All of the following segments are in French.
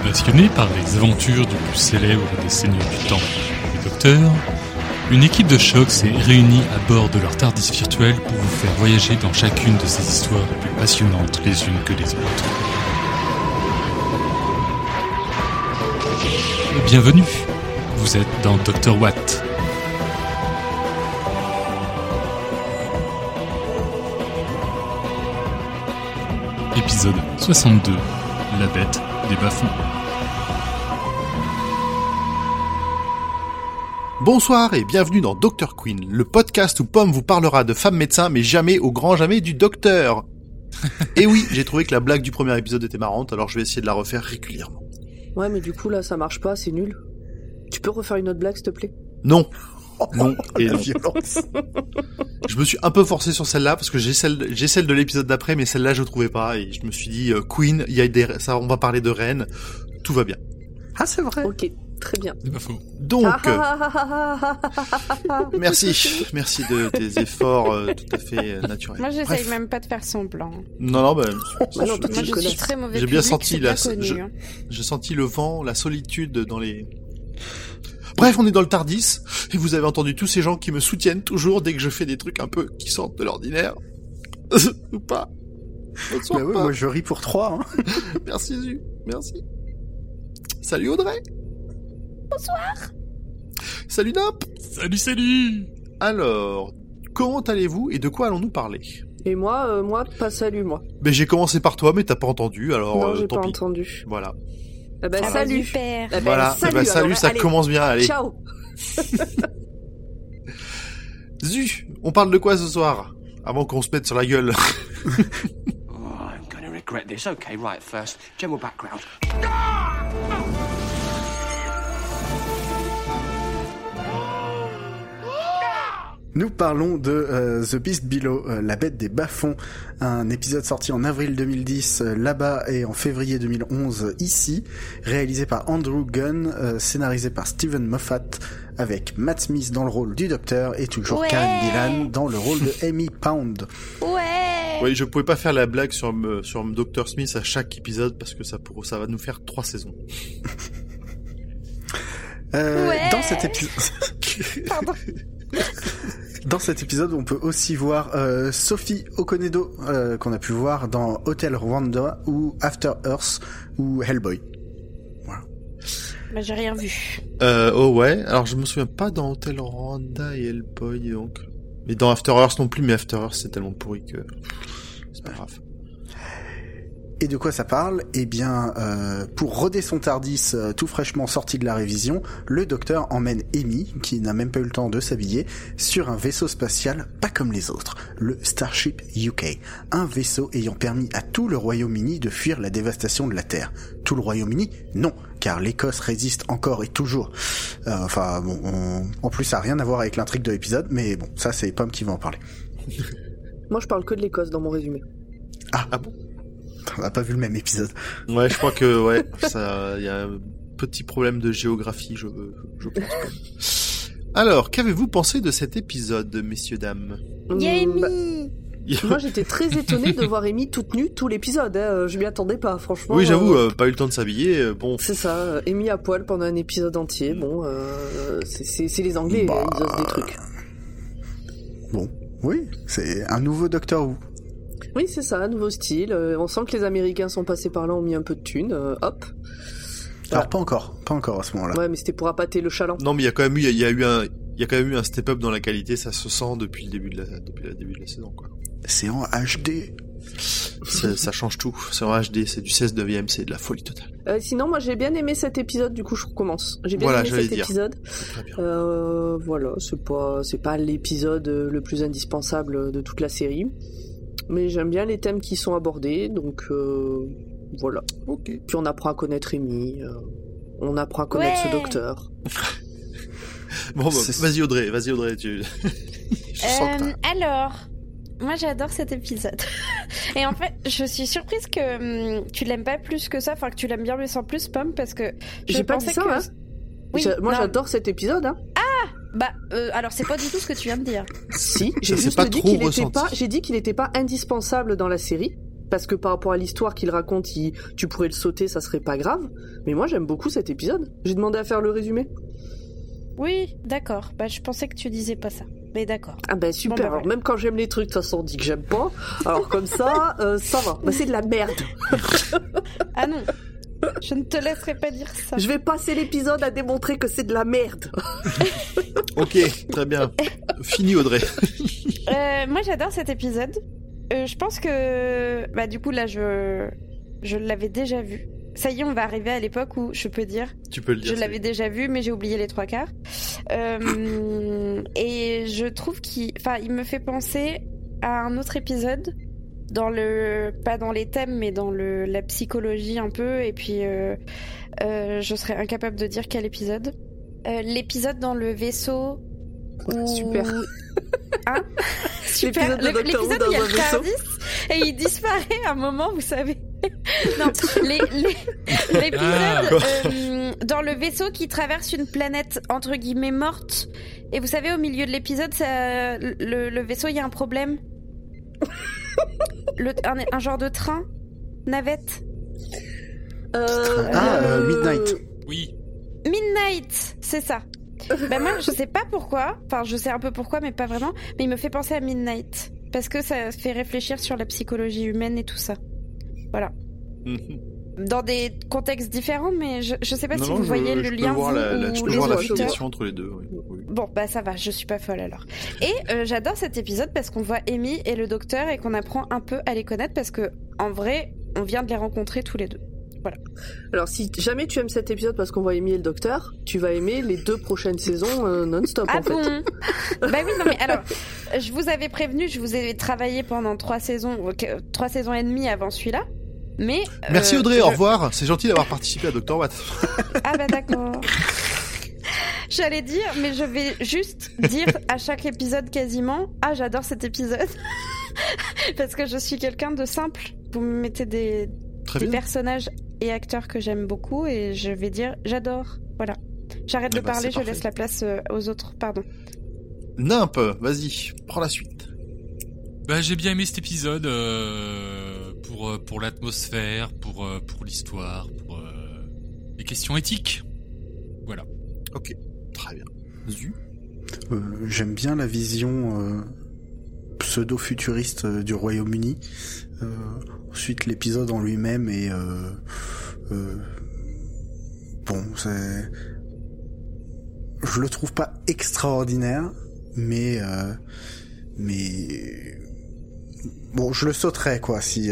Passionné par les aventures du plus célèbre des seigneurs du temps, le Docteur, une équipe de choc s'est réunie à bord de leur TARDIS virtuel pour vous faire voyager dans chacune de ces histoires les plus passionnantes les unes que les autres. Bienvenue, vous êtes dans Dr. Watt. Épisode 62, la bête des bas-fonds. Bonsoir et bienvenue dans Dr. Queen, le podcast où Pomme vous parlera de femmes médecins mais jamais au grand jamais du docteur. Et oui, j'ai trouvé que la blague du premier épisode était marrante, alors je vais essayer de la refaire régulièrement. Ouais, mais du coup là ça marche pas, c'est nul. Tu peux refaire une autre blague s'il te plaît ? Non. Non, et non. Violence. Je me suis un peu forcé sur celle-là parce que j'ai celle de l'épisode d'après, mais celle-là je trouvais pas et je me suis dit Queen, il y a ça, on va parler de reine, tout va bien. Ah c'est vrai. Ok, très bien. C'est pas faux. Donc, merci de tes efforts tout à fait naturels. Moi j'essaye même pas de faire semblant. Non, moi je suis très mauvais. J'ai bien senti connu, j'ai senti le vent, la solitude dans les. Bref, on est dans le TARDIS, et vous avez entendu tous ces gens qui me soutiennent toujours dès que je fais des trucs un peu qui sortent de l'ordinaire. Ou pas. Bonsoir, bah ouais, moi je ris pour 3. Hein. Merci Zu, merci. Salut Audrey. Bonsoir. Salut Nop. Salut. Alors, comment allez-vous et de quoi allons-nous parler ? Et moi, pas salut moi. Ben j'ai commencé par toi, mais t'as pas entendu, alors non, j'ai tant pas pis. entendu. Voilà. Eh ben salut. Super. Eh ben, voilà. Salut, ça allez. commence bien, allez. Ciao. Zu, on parle de quoi ce soir ? Avant qu'on se mette sur la gueule. I'm gonna regret this. Okay, right, first, general background. Nous parlons de The Beast Below, la bête des bas-fonds, un épisode sorti en avril 2010 là-bas et en février 2011 ici, réalisé par Andrew Gunn, scénarisé par Steven Moffat, avec Matt Smith dans le rôle du docteur et toujours Karen Gillan dans le rôle de Amy Pound. Ouais. Oui, je pouvais pas faire la blague sur Dr. Smith à chaque épisode parce que ça va nous faire 3 saisons. Dans cet épisode... Pardon. Dans cet épisode, on peut aussi voir Sophie Okonedo, qu'on a pu voir dans Hotel Rwanda ou After Earth ou Hellboy. Voilà. Bah, j'ai rien vu. Oh ouais, alors je me souviens pas dans Hotel Rwanda et Hellboy donc. Mais dans After Earth non plus, mais After Earth c'est tellement pourri que c'est pas grave. Et de quoi ça parle ? Eh bien, pour roder son TARDIS tout fraîchement sorti de la révision, le docteur emmène Amy, qui n'a même pas eu le temps de s'habiller, sur un vaisseau spatial pas comme les autres, le Starship UK, un vaisseau ayant permis à tout le Royaume-Uni de fuir la dévastation de la Terre. Tout le Royaume-Uni ? Non, car l'Écosse résiste encore et toujours. En plus ça n'a rien à voir avec l'intrigue de l'épisode, mais bon, ça c'est Pomme qui va en parler. Moi je parle que de l'Écosse dans mon résumé. Ah bon ? On n'a pas vu le même épisode. Ouais, je crois que ça, y a un petit problème de géographie, je pense. Alors, qu'avez-vous pensé de cet épisode, messieurs dames ? Amy. Moi, j'étais très étonnée de voir Amy toute nue tout l'épisode. Je m'y attendais pas, franchement. Oui, j'avoue, pas eu le temps de s'habiller. Bon. C'est ça, Amy à poil pendant un épisode entier. Bon, c'est les Anglais, ils osent des trucs. Bon, oui, c'est un nouveau Doctor Who. Oui, c'est ça, un nouveau style. On sent que les Américains sont passés par là, ont mis un peu de thunes. Hop. Alors pas encore à ce moment-là. Ouais, mais c'était pour appâter le chaland. Non, mais il y a quand même eu un step-up dans la qualité, ça se sent depuis le début de la saison, quoi. C'est en HD. Ça change tout. C'est en HD, c'est du 16/9, c'est de la folie totale. Sinon, moi, j'ai bien aimé cet épisode, du coup, je recommence. J'ai bien aimé cet épisode. Très bien. Voilà, c'est pas l'épisode le plus indispensable de toute la série. Mais j'aime bien les thèmes qui sont abordés, donc voilà. Ok. Puis on apprend à connaître Amy, on apprend à connaître ce docteur. Bon, vas-y Audrey, tu... Alors, moi j'adore cet épisode. Et en fait, je suis surprise que tu l'aimes pas plus que ça, enfin que tu l'aimes bien mais sans plus, Pomme, parce que j'ai pas dit ça, hein. Oui, moi j'adore cet épisode, hein. Alors c'est pas du tout ce que tu viens de dire. Si, j'ai juste dit qu'il était pas indispensable dans la série. parce que par rapport à l'histoire qu'il raconte, tu pourrais le sauter, ça serait pas grave. Mais moi, j'aime beaucoup cet épisode. J'ai demandé à faire le résumé. Oui, d'accord. Bah, je pensais que tu disais pas ça. Mais d'accord. Ah bah super, Bon, bah, alors voilà. même quand j'aime les trucs, de toute façon on dit que j'aime pas, alors comme ça, ça va. Bah c'est de la merde. Ah non, je ne te laisserai pas dire ça. Je vais passer l'épisode à démontrer que c'est de la merde. Ok, très bien. Fini Audrey. Moi j'adore cet épisode. Je pense que... Bah du coup là je l'avais déjà vu. Ça y est, on va arriver à l'époque où je peux dire... Tu peux le dire. Je l'avais déjà vu, mais j'ai oublié les 3/4. Et je trouve qu'il me fait penser à un autre épisode, pas dans les thèmes, mais dans la psychologie un peu. Et puis, je serais incapable de dire quel épisode. L'épisode dans le vaisseau. Où... Super. Hein Super. L'épisode de Doctor Who L'épisode dans où il y a un le vaisseau. TARDIS et il disparaît à un moment, vous savez. Non, l'épisode dans le vaisseau qui traverse une planète entre guillemets morte. Et vous savez, au milieu de l'épisode, le vaisseau, il y a un problème. Un genre de train, navette. Midnight. Oui. Midnight, c'est ça. Ben moi, je sais pas pourquoi. Enfin, je sais un peu pourquoi, mais pas vraiment. Mais il me fait penser à Midnight parce que ça fait réfléchir sur la psychologie humaine et tout ça. Voilà. Dans des contextes différents, mais je sais pas si vous voyez le lien, vous, je ou peux les voir autres. l'affiliation entre les deux. Oui. Bon, bah ça va, je suis pas folle alors. Et j'adore cet épisode parce qu'on voit Amy et le docteur et qu'on apprend un peu à les connaître parce que, en vrai, on vient de les rencontrer tous les deux. Voilà. Alors si jamais tu aimes cet épisode parce qu'on voit Amy et le docteur, tu vas aimer les 2 prochaines saisons non-stop Ah en fait. bon. Bah oui, non mais alors, je vous avais prévenu, je vous ai travaillé pendant 3 saisons et demie avant celui-là. Mais Merci Audrey, au revoir. C'est gentil d'avoir participé à Dr. Watt. Ah bah d'accord. J'allais dire, mais je vais juste dire à chaque épisode quasiment, ah j'adore cet épisode. Parce que je suis quelqu'un de simple. Vous me mettez des personnages et acteurs que j'aime beaucoup et je vais dire j'adore. Voilà. J'arrête de parler, je laisse la place aux autres, pardon. Nimp, vas-y, prends la suite. Bah, j'ai bien aimé cet épisode pour l'atmosphère, pour l'histoire, pour les questions éthiques. Voilà. Ok, très bien. Zu. J'aime bien la vision pseudo-futuriste du Royaume-Uni. Ensuite, l'épisode en lui-même est bon, je le trouve pas extraordinaire, mais bon, je le sauterais quoi si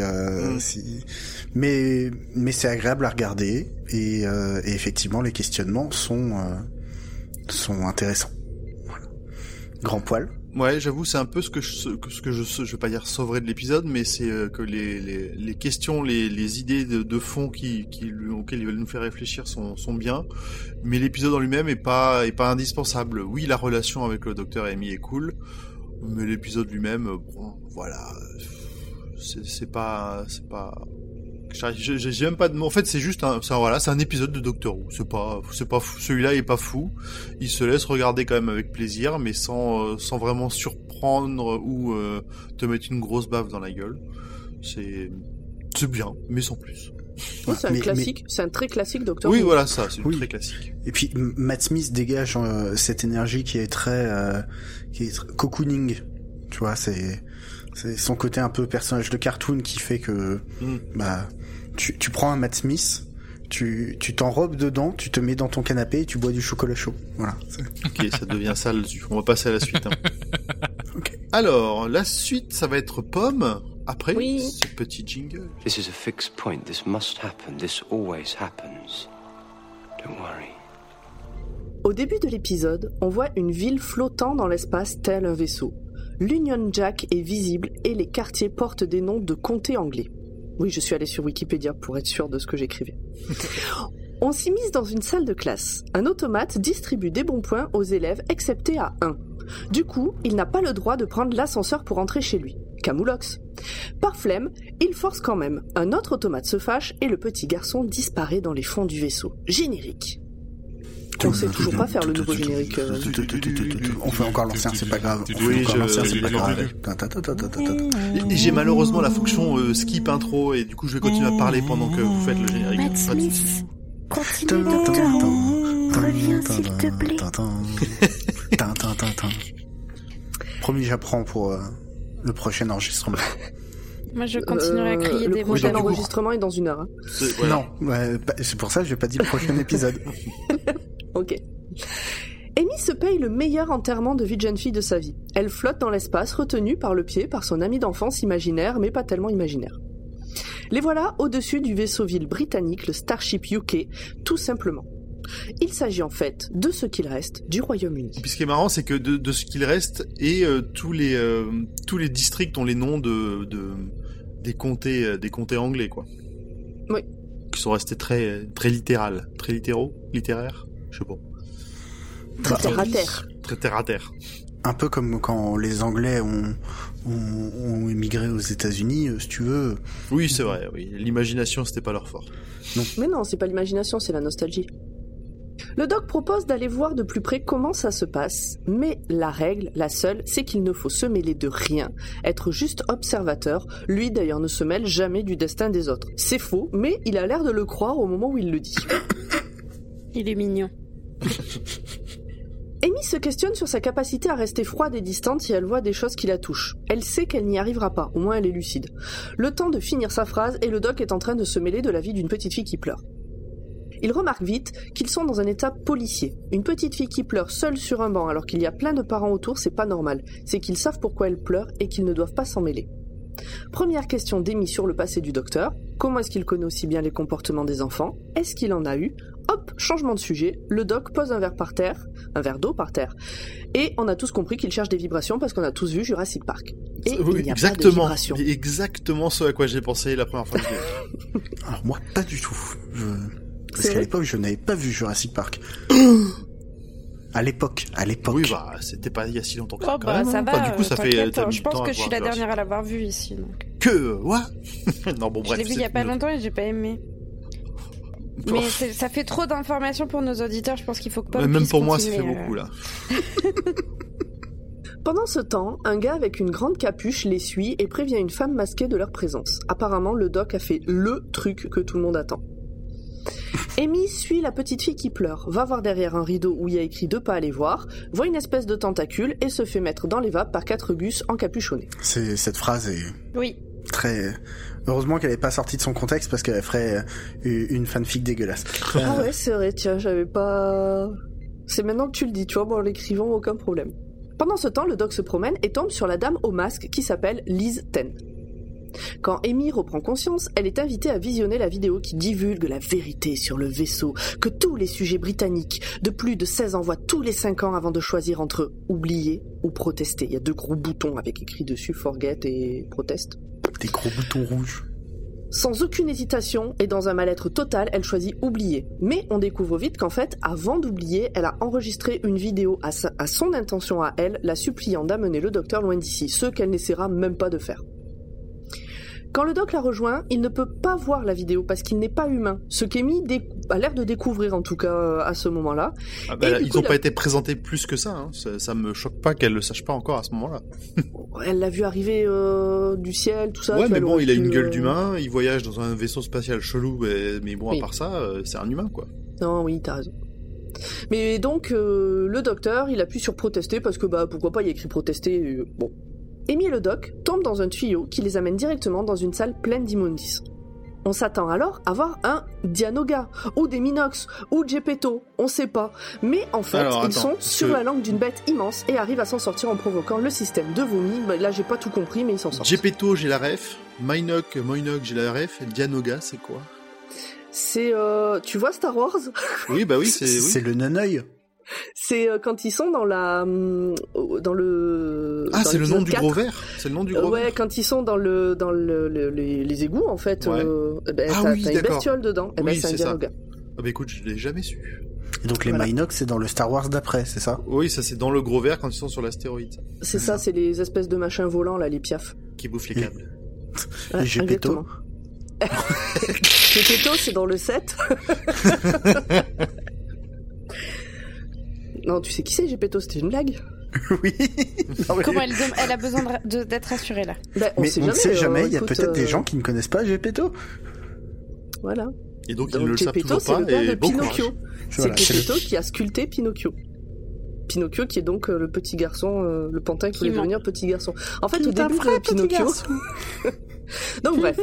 mais c'est agréable à regarder et effectivement les questionnements sont intéressants. Voilà. Grand poil. Ouais, j'avoue, c'est un peu ce que je veux pas dire sauverais de l'épisode, mais c'est que les questions, les idées de fond auxquelles ils veulent nous faire réfléchir sont bien, mais l'épisode en lui-même est pas indispensable. Oui, la relation avec le docteur Amy est cool, mais l'épisode lui-même, bon, voilà, c'est pas. J'ai même pas de. En fait, c'est juste c'est un épisode de Doctor Who. C'est pas fou. Celui-là est pas fou. Il se laisse regarder quand même avec plaisir, mais sans vraiment surprendre ou te mettre une grosse baffe dans la gueule. C'est bien, mais sans plus. Oui, c'est un classique. C'est un très classique Doctor Who. Oui, voilà, ça, c'est très classique. Et puis Matt Smith dégage cette énergie qui est très cocooning. Tu vois, c'est son côté un peu personnage de cartoon qui fait que bah tu prends un Matt Smith, tu t'enrobes dedans, tu te mets dans ton canapé et tu bois du chocolat chaud. Voilà. Ok, ça devient sale. On va passer à la suite. Hein. Okay. Alors, la suite, ça va être Pomme. Après ce petit jingle. This is a fixed point. This must happen. This always happens. Don't worry. Au début de l'épisode, on voit une ville flottant dans l'espace tel un vaisseau. L'Union Jack est visible et les quartiers portent des noms de comtés anglais. Oui, je suis allée sur Wikipédia pour être sûre de ce que j'écrivais. On s'immisce dans une salle de classe. Un automate distribue des bons points aux élèves excepté à un. Du coup, il n'a pas le droit de prendre l'ascenseur pour entrer chez lui. Camoulox. Par flemme, il force quand même. Un autre automate se fâche et le petit garçon disparaît dans les fonds du vaisseau. Générique. On sait toujours pas faire le nouveau générique. On fait encore l'ancien, c'est pas grave. Oui, c'est pas grave. Et j'ai malheureusement la fonction skip intro et du coup je vais continuer à parler pendant que vous faites le générique. Matt Smith, continue docteur. Reviens s'il te plaît. Promis, j'apprends pour le prochain enregistrement. Moi, je continuerai à crier des mots. Le prochain enregistrement est dans 1 heure. Hein. Non, c'est pour ça que j'ai pas dit le prochain épisode. Ok. Amy se paye le meilleur enterrement de vie de jeune fille de sa vie. Elle flotte dans l'espace, retenue par le pied par son ami d'enfance imaginaire, mais pas tellement imaginaire. Les voilà au-dessus du vaisseau-ville britannique, le Starship UK, tout simplement. Il s'agit en fait de ce qu'il reste du Royaume-Uni. Et puis ce qui est marrant, c'est que de ce qu'il reste et tous les districts ont les noms des comtés anglais, quoi. Oui. Qui sont restés très littéraires, je sais pas. Très terre à terre. Très terre à terre. Un peu comme quand les Anglais ont émigré aux États-Unis, si tu veux. Oui, c'est vrai. Oui, l'imagination, c'était pas leur fort. Non. Mais non, c'est pas l'imagination, c'est la nostalgie. Le doc propose d'aller voir de plus près comment ça se passe, mais la règle, la seule, c'est qu'il ne faut se mêler de rien, être juste observateur. Lui d'ailleurs ne se mêle jamais du destin des autres. C'est faux, mais il a l'air de le croire au moment où il le dit. Il est mignon. Amy se questionne sur sa capacité à rester froide et distante si elle voit des choses qui la touchent. Elle sait qu'elle n'y arrivera pas, au moins elle est lucide. Le temps de finir sa phrase et le doc est en train de se mêler de la vie d'une petite fille qui pleure. Il remarque vite qu'ils sont dans un état policier. Une petite fille qui pleure seule sur un banc alors qu'il y a plein de parents autour, c'est pas normal. C'est qu'ils savent pourquoi elle pleure et qu'ils ne doivent pas s'en mêler. Première question d'Amy sur le passé du docteur. Comment est-ce qu'il connaît aussi bien les comportements des enfants? Est-ce qu'il en a eu? Hop, changement de sujet. Le doc pose un verre d'eau par terre. Et on a tous compris qu'il cherche des vibrations parce qu'on a tous vu Jurassic Park. Et oui, il n'y a exactement. pas de vibrations. Exactement ce à quoi j'ai pensé la première fois que je l'ai vu. Alors moi, pas du tout. Parce qu'à l'époque, je n'avais pas vu Jurassic Park. À l'époque. Oui, bah, c'était pas il y a si longtemps que ça. Oh, bah, ça va. Du coup, ça fait. Je pense que je suis la dernière à l'avoir vu ici, donc. What? Non, bon, bref. Je l'ai vu il y a pas longtemps et j'ai pas aimé. Mais ça fait trop d'informations pour nos auditeurs, je pense qu'il faut que Paul même pour moi, continuer, ça fait beaucoup, là. Pendant ce temps, un gars avec une grande capuche les suit et prévient une femme masquée de leur présence. Apparemment, le doc a fait le truc que tout le monde attend. Amy suit la petite fille qui pleure, va voir derrière un rideau où il y a écrit de pas aller voir, voit une espèce de tentacule et se fait mettre dans les vapes par 4 gus encapuchonnés. Cette phrase est oui. Très... Heureusement qu'elle n'est pas sortie de son contexte parce qu'elle ferait une fanfic dégueulasse. Ah ouais, c'est vrai, tiens, j'avais pas... C'est maintenant que tu le dis, tu vois, bon, en l'écrivant, aucun problème. Pendant ce temps, le doc se promène et tombe sur la dame au masque qui s'appelle Liz Ten. Quand Amy reprend conscience, elle est invitée à visionner la vidéo qui divulgue la vérité sur le vaisseau que tous les sujets britanniques de plus de 16 ans voient tous les 5 ans avant de choisir entre oublier ou protester. Il y a 2 gros boutons avec écrit dessus Forget et Protest. Des gros boutons rouges. Sans aucune hésitation et dans un mal-être total, elle choisit oublier. Mais on découvre vite qu'en fait, avant d'oublier, elle a enregistré une vidéo à son intention à elle, la suppliant d'amener le docteur loin d'ici, ce qu'elle n'essaiera même pas de faire. Quand le doc la rejoint, il ne peut pas voir la vidéo parce qu'il n'est pas humain, ce qu'Amy a l'air de découvrir en tout cas à ce moment-là. Ah bah, ils n'ont pas été présentés plus que ça, hein. Ça me choque pas qu'elle le sache pas encore à ce moment-là. Elle l'a vu arriver du ciel, tout ça. Ouais, mais bon, il a une gueule d'humain, il voyage dans un vaisseau spatial chelou, mais bon, à part ça, c'est un humain, quoi. Non, oui, t'as raison. Mais donc, le docteur, il appuie sur protester parce que, bah, pourquoi pas, il y a écrit protester, bon. Amy et le doc tombent dans un tuyau qui les amène directement dans une salle pleine d'immondices. On s'attend alors à voir un Dianoga, ou des Minox, ou Geppetto, on sait pas. Mais en fait, ils sont sur la langue d'une bête immense et arrivent à s'en sortir en provoquant le système de vomi. Bah, là, j'ai pas tout compris, mais ils s'en sortent. Geppetto, j'ai la ref. Moinoc, j'ai la ref. Dianoga, c'est quoi? C'est, tu vois Star Wars? Oui, bah oui, c'est le non-œil. C'est quand ils sont dans le c'est le nom du gros verre. C'est le nom du gros verre. Ouais, quand ils sont dans les égouts en fait, ouais. T'as une bestiole dedans. Oui, c'est un Dianoga. Ah bah écoute, je l'ai jamais su. Et donc les Minox, c'est dans le Star Wars d'après, c'est ça? Oui, ça c'est dans le gros verre quand ils sont sur l'astéroïde. C'est ça, c'est les espèces de machins volants là, les piafs. Qui bouffent les câbles. Les Geppetto. Geppetto, c'est dans le 7. Non, tu sais qui c'est, Gepetto, c'était une blague. Oui. Non, mais... Comment elle a besoin d'être rassurée là? Bah, on mais sait on ne sait jamais, il y a écoute, peut-être des gens qui ne connaissent pas Gepetto. Voilà. Et donc ils ne le savent Gepetto, toujours c'est pas. le père Et de bon Pinocchio. courage. C'est Voilà, Gepetto qui a sculpté Pinocchio. Pinocchio qui est donc le petit garçon, le pantin qui voulait ment. devenir petit garçon. En fait, Qui au est un début vrai de petit Pinocchio... garçon. Donc bref.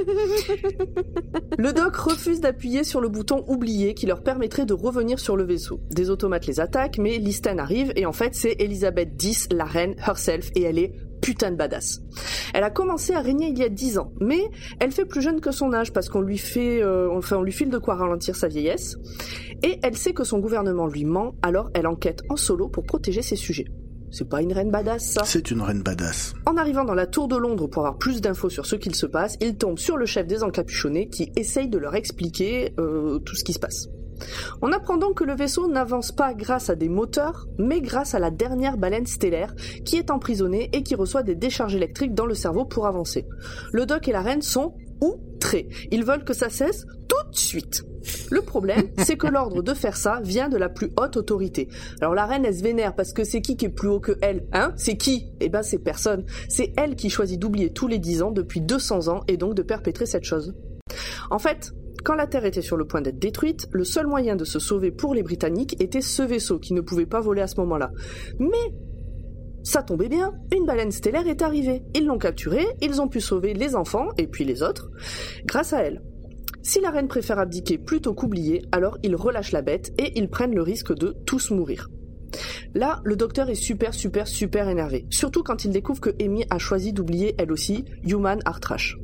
Le doc refuse d'appuyer sur le bouton oublié qui leur permettrait de revenir sur le vaisseau. Des automates les attaquent, mais Listen arrive et en fait c'est Elizabeth X, la reine herself, et elle est putain de badass. Elle a commencé à régner il y a 10 ans, mais elle fait plus jeune que son âge parce qu'on lui fait, on lui file de quoi ralentir sa vieillesse. Et elle sait que son gouvernement lui ment, alors elle enquête en solo pour protéger ses sujets. C'est pas une reine badass, ça? C'est une reine badass. En arrivant dans la tour de Londres pour avoir plus d'infos sur ce qu'il se passe, il tombe sur le chef des encapuchonnés qui essaye de leur expliquer tout ce qui se passe. On apprend donc que le vaisseau n'avance pas grâce à des moteurs, mais grâce à la dernière baleine stellaire qui est emprisonnée et qui reçoit des décharges électriques dans le cerveau pour avancer. Le doc et la reine sont outrés. Ils veulent que ça cesse tout de suite. Le problème, c'est que l'ordre de faire ça vient de la plus haute autorité. Alors la reine, elle se vénère parce que c'est qui est plus haut que elle, hein? C'est qui? Eh ben c'est personne. C'est elle qui choisit d'oublier tous les 10 ans depuis 200 ans et donc de perpétrer cette chose. En fait, quand la Terre était sur le point d'être détruite, le seul moyen de se sauver pour les Britanniques était ce vaisseau qui ne pouvait pas voler à ce moment-là. Mais ça tombait bien, une baleine stellaire est arrivée. Ils l'ont capturée, ils ont pu sauver les enfants, et puis les autres, grâce à elle. Si la reine préfère abdiquer plutôt qu'oublier, alors ils relâchent la bête et ils prennent le risque de tous mourir. Là, le docteur est super énervé. Surtout quand il découvre que Amy a choisi d'oublier elle aussi Human are trash.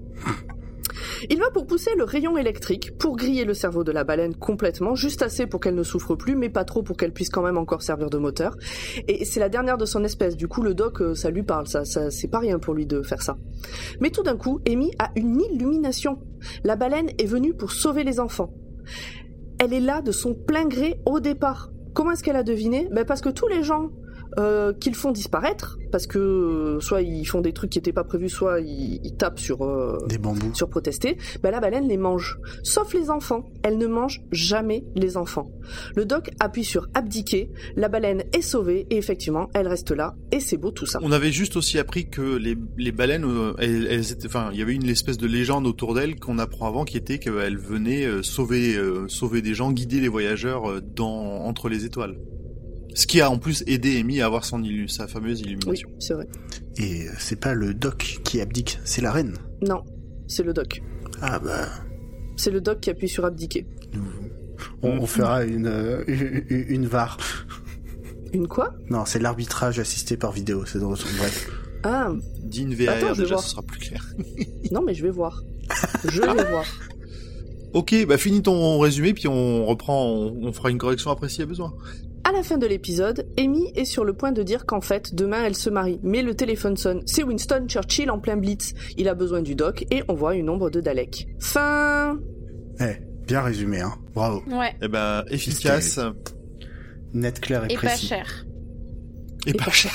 Il va pour pousser le rayon électrique pour griller le cerveau de la baleine complètement, juste assez pour qu'elle ne souffre plus, mais pas trop pour qu'elle puisse quand même encore servir de moteur. Et c'est la dernière de son espèce, du coup le doc, ça lui parle, ça c'est pas rien pour lui de faire ça. Mais tout d'un coup, Amy a une illumination. La baleine est venue pour sauver les enfants. Elle est là de son plein gré au départ. Comment est-ce qu'elle a deviné? Parce que tous les gens qu'ils font disparaître, parce que soit ils font des trucs qui n'étaient pas prévus, soit ils tapent sur des bambous, sur protester, la baleine les mange. Sauf les enfants, elle ne mange jamais les enfants. Le doc appuie sur abdiquer, la baleine est sauvée et effectivement elle reste là et c'est beau tout ça. On avait juste aussi appris que les baleines, elles étaient, enfin il y avait une espèce de légende autour d'elles qu'on apprend avant qui était qu'elles venaient sauver des gens, guider les voyageurs entre les étoiles. Ce qui a en plus aidé Amy à avoir sa fameuse illumination. Oui, c'est vrai. Et c'est pas le doc qui abdique, c'est la reine. Non, c'est le doc. Ah bah... C'est le doc qui appuie sur abdiquer. On fera une VAR. Une quoi? Non, c'est l'arbitrage assisté par vidéo, c'est dans bref. Ah. Dis une VAR, attends, déjà ce sera plus clair. Non mais je vais voir. Je vais voir. Ok, finis ton résumé puis on reprend, on fera une correction après s'il y a besoin. À la fin de l'épisode, Amy est sur le point de dire qu'en fait, demain elle se marie. Mais le téléphone sonne. C'est Winston Churchill en plein blitz. Il a besoin du doc et on voit une ombre de Dalek. Fin. Bien résumé, hein. Bravo. Ouais. Efficace. Net, clair et précis. Pas cher. Et pas cher.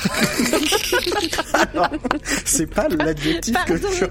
Alors, c'est pas l'adjectif que je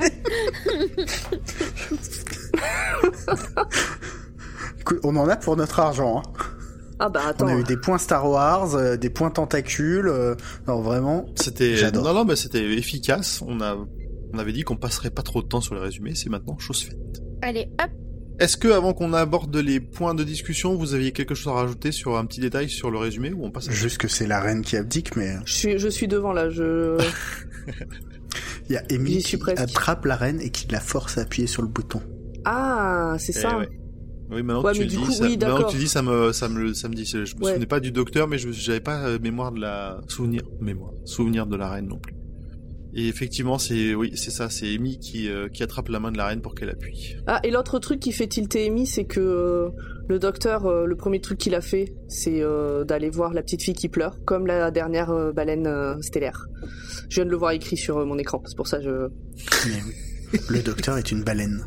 Écoute, on en a pour notre argent, hein. Ah attends. On a eu des points Star Wars, des points tentacules, non vraiment. J'adore. Non, c'était efficace. On avait dit qu'on passerait pas trop de temps sur les résumés, c'est maintenant chose faite. Allez, hop. Est-ce que avant qu'on aborde les points de discussion, vous aviez quelque chose à rajouter sur un petit détail sur le résumé ou on passe Juste que c'est la reine qui abdique, mais je suis devant là, il y a Amy qui attrape la reine et qui la force à appuyer sur le bouton. Ah, c'est ça. Ouais. Oui, maintenant que tu le dis, maintenant que tu dis, ça me dit. Je me souvenais pas du docteur, mais j'avais pas mémoire de la reine non plus. Et effectivement, c'est ça, c'est Amy qui attrape la main de la reine pour qu'elle appuie. Ah, et l'autre truc qui fait tilter Amy, c'est que le docteur, le premier truc qu'il a fait, c'est d'aller voir la petite fille qui pleure, comme la dernière baleine stellaire. Je viens de le voir écrit sur mon écran, c'est pour ça que le docteur est une baleine.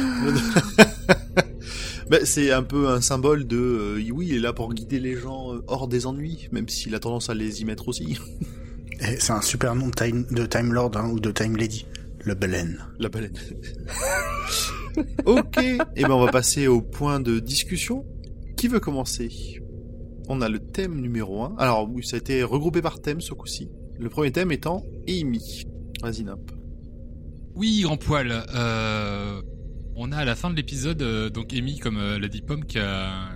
C'est un peu un symbole de oui, il est là pour guider les gens hors des ennuis, même s'il a tendance à les y mettre aussi. Et c'est un super nom de Time Lord ou de Time Lady. La baleine. La baleine. Ok, et on va passer au point de discussion. Qui veut commencer? On a le thème numéro 1. Alors oui, ça a été regroupé par thème ce coup-ci. Le premier thème étant Amy. Vas-y, Nimp. Oui, grand poil. On a à la fin de l'épisode donc Amy, comme l'a dit Pomme, qui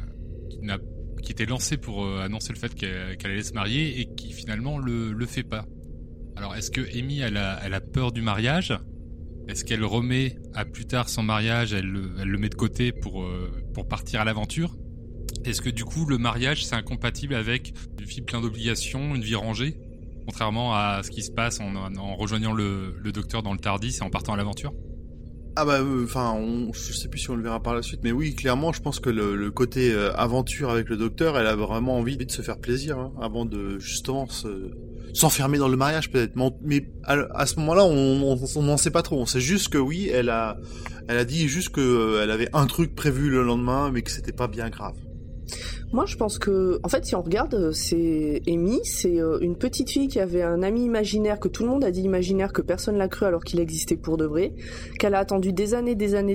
était lancée pour annoncer le fait qu'elle allait se marier et qui finalement le fait pas. Alors est-ce que Amy elle a peur du mariage ? Est-ce qu'elle remet à plus tard son mariage, elle le met de côté pour partir à l'aventure ? Est-ce que du coup le mariage c'est incompatible avec une vie pleine d'obligations, une vie rangée, contrairement à ce qui se passe en rejoignant le docteur dans le TARDIS et en partant à l'aventure ? Ah bah, je sais plus si on le verra par la suite, mais oui, clairement, je pense que le côté aventure avec le docteur, elle a vraiment envie de se faire plaisir, hein, avant de justement s'enfermer dans le mariage peut-être. Mais à ce moment-là, on n'en sait pas trop. On sait juste que oui, elle a dit juste que elle avait un truc prévu le lendemain, mais que c'était pas bien grave. Moi, je pense que, en fait, si on regarde, c'est Amy, c'est une petite fille qui avait un ami imaginaire, que tout le monde a dit imaginaire, que personne l'a cru alors qu'il existait pour de vrai, qu'elle a attendu des années,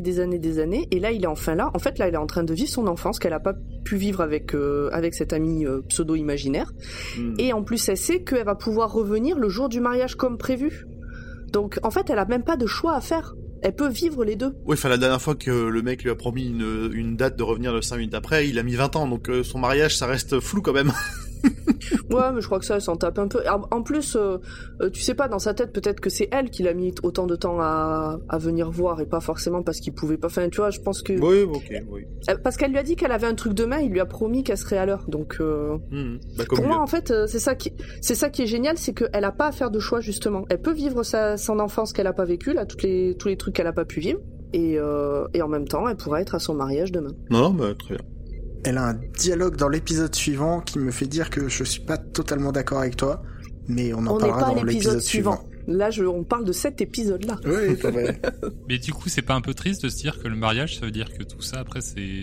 et là, il est enfin là. En fait, là, elle est en train de vivre son enfance, qu'elle a pas pu vivre avec cet ami pseudo-imaginaire. Et en plus, elle sait qu'elle va pouvoir revenir le jour du mariage comme prévu. Donc, en fait, elle a même pas de choix à faire. Elle peut vivre les deux. Oui, la dernière fois que le mec lui a promis une date de revenir de 5 minutes après, il a mis 20 ans, donc son mariage, ça reste flou quand même. Ouais, mais je crois que ça, elle s'en tape un peu. En plus, tu sais pas, dans sa tête, peut-être que c'est elle qui l'a mis autant de temps à venir voir, et pas forcément parce qu'il pouvait pas. Enfin, tu vois, je pense que... Oui, ok, oui. Parce qu'elle lui a dit qu'elle avait un truc demain, il lui a promis qu'elle serait à l'heure, donc... pour moi, en fait, c'est ça qui est génial, c'est qu'elle a pas à faire de choix, justement. Elle peut vivre son enfance qu'elle a pas vécue, là, tous les trucs qu'elle a pas pu vivre, et en même temps, elle pourra être à son mariage demain. Non, bah, très bien. Elle a un dialogue dans l'épisode suivant qui me fait dire que je suis pas totalement d'accord avec toi, mais on en parlera dans l'épisode suivant. Là, on parle de cet épisode-là. Oui, c'est vrai. Mais du coup, c'est pas un peu triste de se dire que le mariage, ça veut dire que tout ça, après,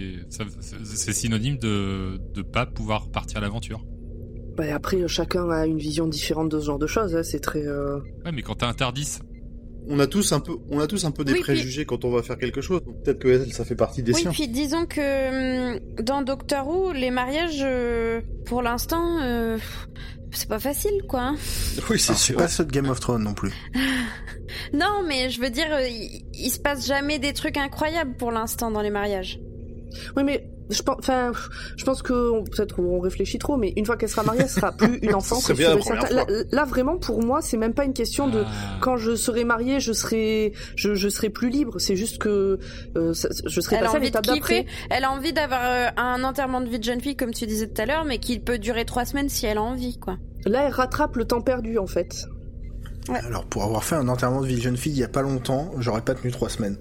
c'est synonyme de pas pouvoir partir à l'aventure. Bah, après, chacun a une vision différente de ce genre de choses, hein, c'est très... Ouais, mais quand t'as un TARDIS... On a tous un peu des préjugés quand on va faire quelque chose. Peut-être que elle, ça fait partie des siens. Oui, puis disons que dans Doctor Who, les mariages, pour l'instant, c'est pas facile, quoi. Hein. Oui, c'est pas ceux de Game of Thrones non plus. Non, mais je veux dire, il se passe jamais des trucs incroyables pour l'instant dans les mariages. Oui, mais je pense que peut-être on réfléchit trop, mais une fois qu'elle sera mariée, elle sera plus une enfant. Là, vraiment, pour moi, c'est même pas une question de quand je serai mariée, je serai plus libre. C'est juste que je serai passée à l'étape d'après. Elle a envie d'avoir un enterrement de vie de jeune fille, comme tu disais tout à l'heure, mais qui peut durer 3 semaines si elle a envie, quoi. Là, elle rattrape le temps perdu, en fait. Ouais. Alors, pour avoir fait un enterrement de vie de jeune fille il y a pas longtemps, j'aurais pas tenu 3 semaines.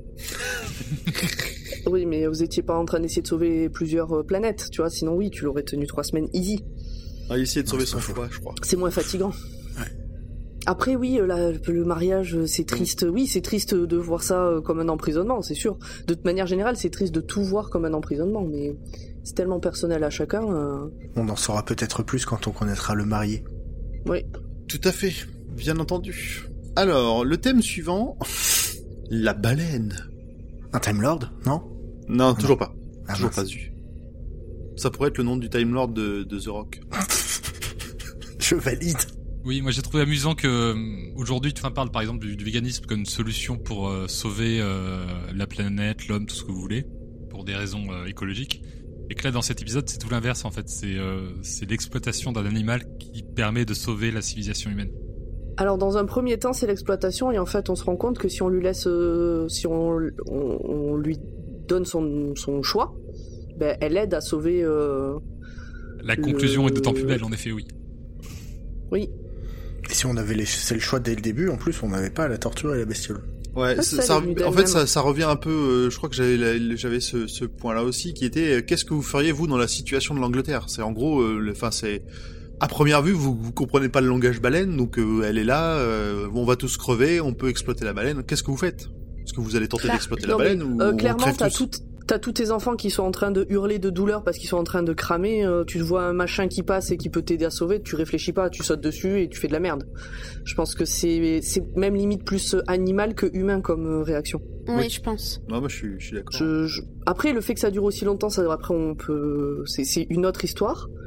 Oui, mais vous étiez pas en train d'essayer de sauver plusieurs planètes, tu vois, sinon oui, tu l'aurais tenu 3 semaines easy. Ah, essayer de sauver son choix, je crois. C'est moins fatigant. Ouais. Après, oui, le mariage, c'est triste. Oui, c'est triste de voir ça comme un emprisonnement, c'est sûr. De toute manière générale, c'est triste de tout voir comme un emprisonnement, mais c'est tellement personnel à chacun. On en saura peut-être plus quand on connaîtra le marié. Oui. Tout à fait, bien entendu. Alors, le thème suivant, la baleine. Un Time Lord, non ? Non, toujours pas. Ah, toujours pas eu. Ça pourrait être le nom du Time Lord de The Rock. Je valide. Oui, moi j'ai trouvé amusant que aujourd'hui tu parles par exemple du véganisme comme une solution pour sauver la planète, l'homme, tout ce que vous voulez, pour des raisons écologiques. Et que là dans cet épisode c'est tout l'inverse en fait, c'est l'exploitation d'un animal qui permet de sauver la civilisation humaine. Alors dans un premier temps c'est l'exploitation et en fait on se rend compte que si on lui laisse, si on lui donne son choix, ben elle aide à sauver. La conclusion est d'autant plus belle en effet, oui. Oui. Et si on avait laissé le choix dès le début, en plus on n'avait pas à la torture et la bestiole. Ouais, ça revient un peu. Je crois que j'avais ce point-là aussi, qui était qu'est-ce que vous feriez vous dans la situation de l'Angleterre ? C'est en gros, c'est à première vue vous comprenez pas le langage baleine, donc elle est là, on va tous crever, on peut exploiter la baleine. Qu'est-ce que vous faites ? Est-ce que vous allez tenter d'exploiter la baleine ou clairement t'as tous tes enfants qui sont en train de hurler de douleur parce qu'ils sont en train de cramer, tu vois un machin qui passe et qui peut t'aider à sauver, tu réfléchis pas, tu sautes dessus et tu fais de la merde. Je pense que c'est même limite plus animal que humain comme réaction. Oui, je pense. Non, moi je suis d'accord. Après, le fait que ça dure aussi longtemps, ça après c'est une autre histoire.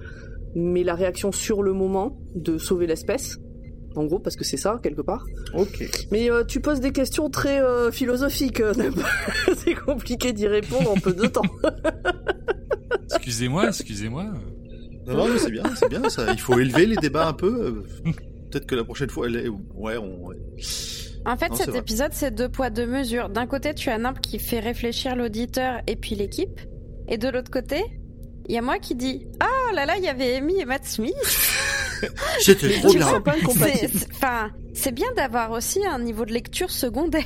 mais la réaction sur le moment de sauver l'espèce. En gros, parce que c'est ça, quelque part. Ok. Mais tu poses des questions très philosophiques. C'est compliqué d'y répondre en peu de temps. Excusez-moi. Non, mais c'est bien ça. Il faut élever les débats un peu. Peut-être que la prochaine fois, ouais. En fait, Non, cet c'est vrai. épisode, c'est 2 poids 2 mesures. D'un côté, tu as Nimp qui fait réfléchir l'auditeur et puis l'équipe. Et de l'autre côté, il y a moi qui dis « Ah là là, il y avait Amy et Matt Smith !» C'était trop Tu bien. vois, pas incompatible. c'est bien d'avoir aussi un niveau de lecture secondaire.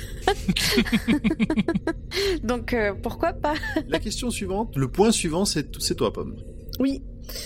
Donc, pourquoi pas? La question suivante, le point suivant, c'est toi, Pomme. Oui.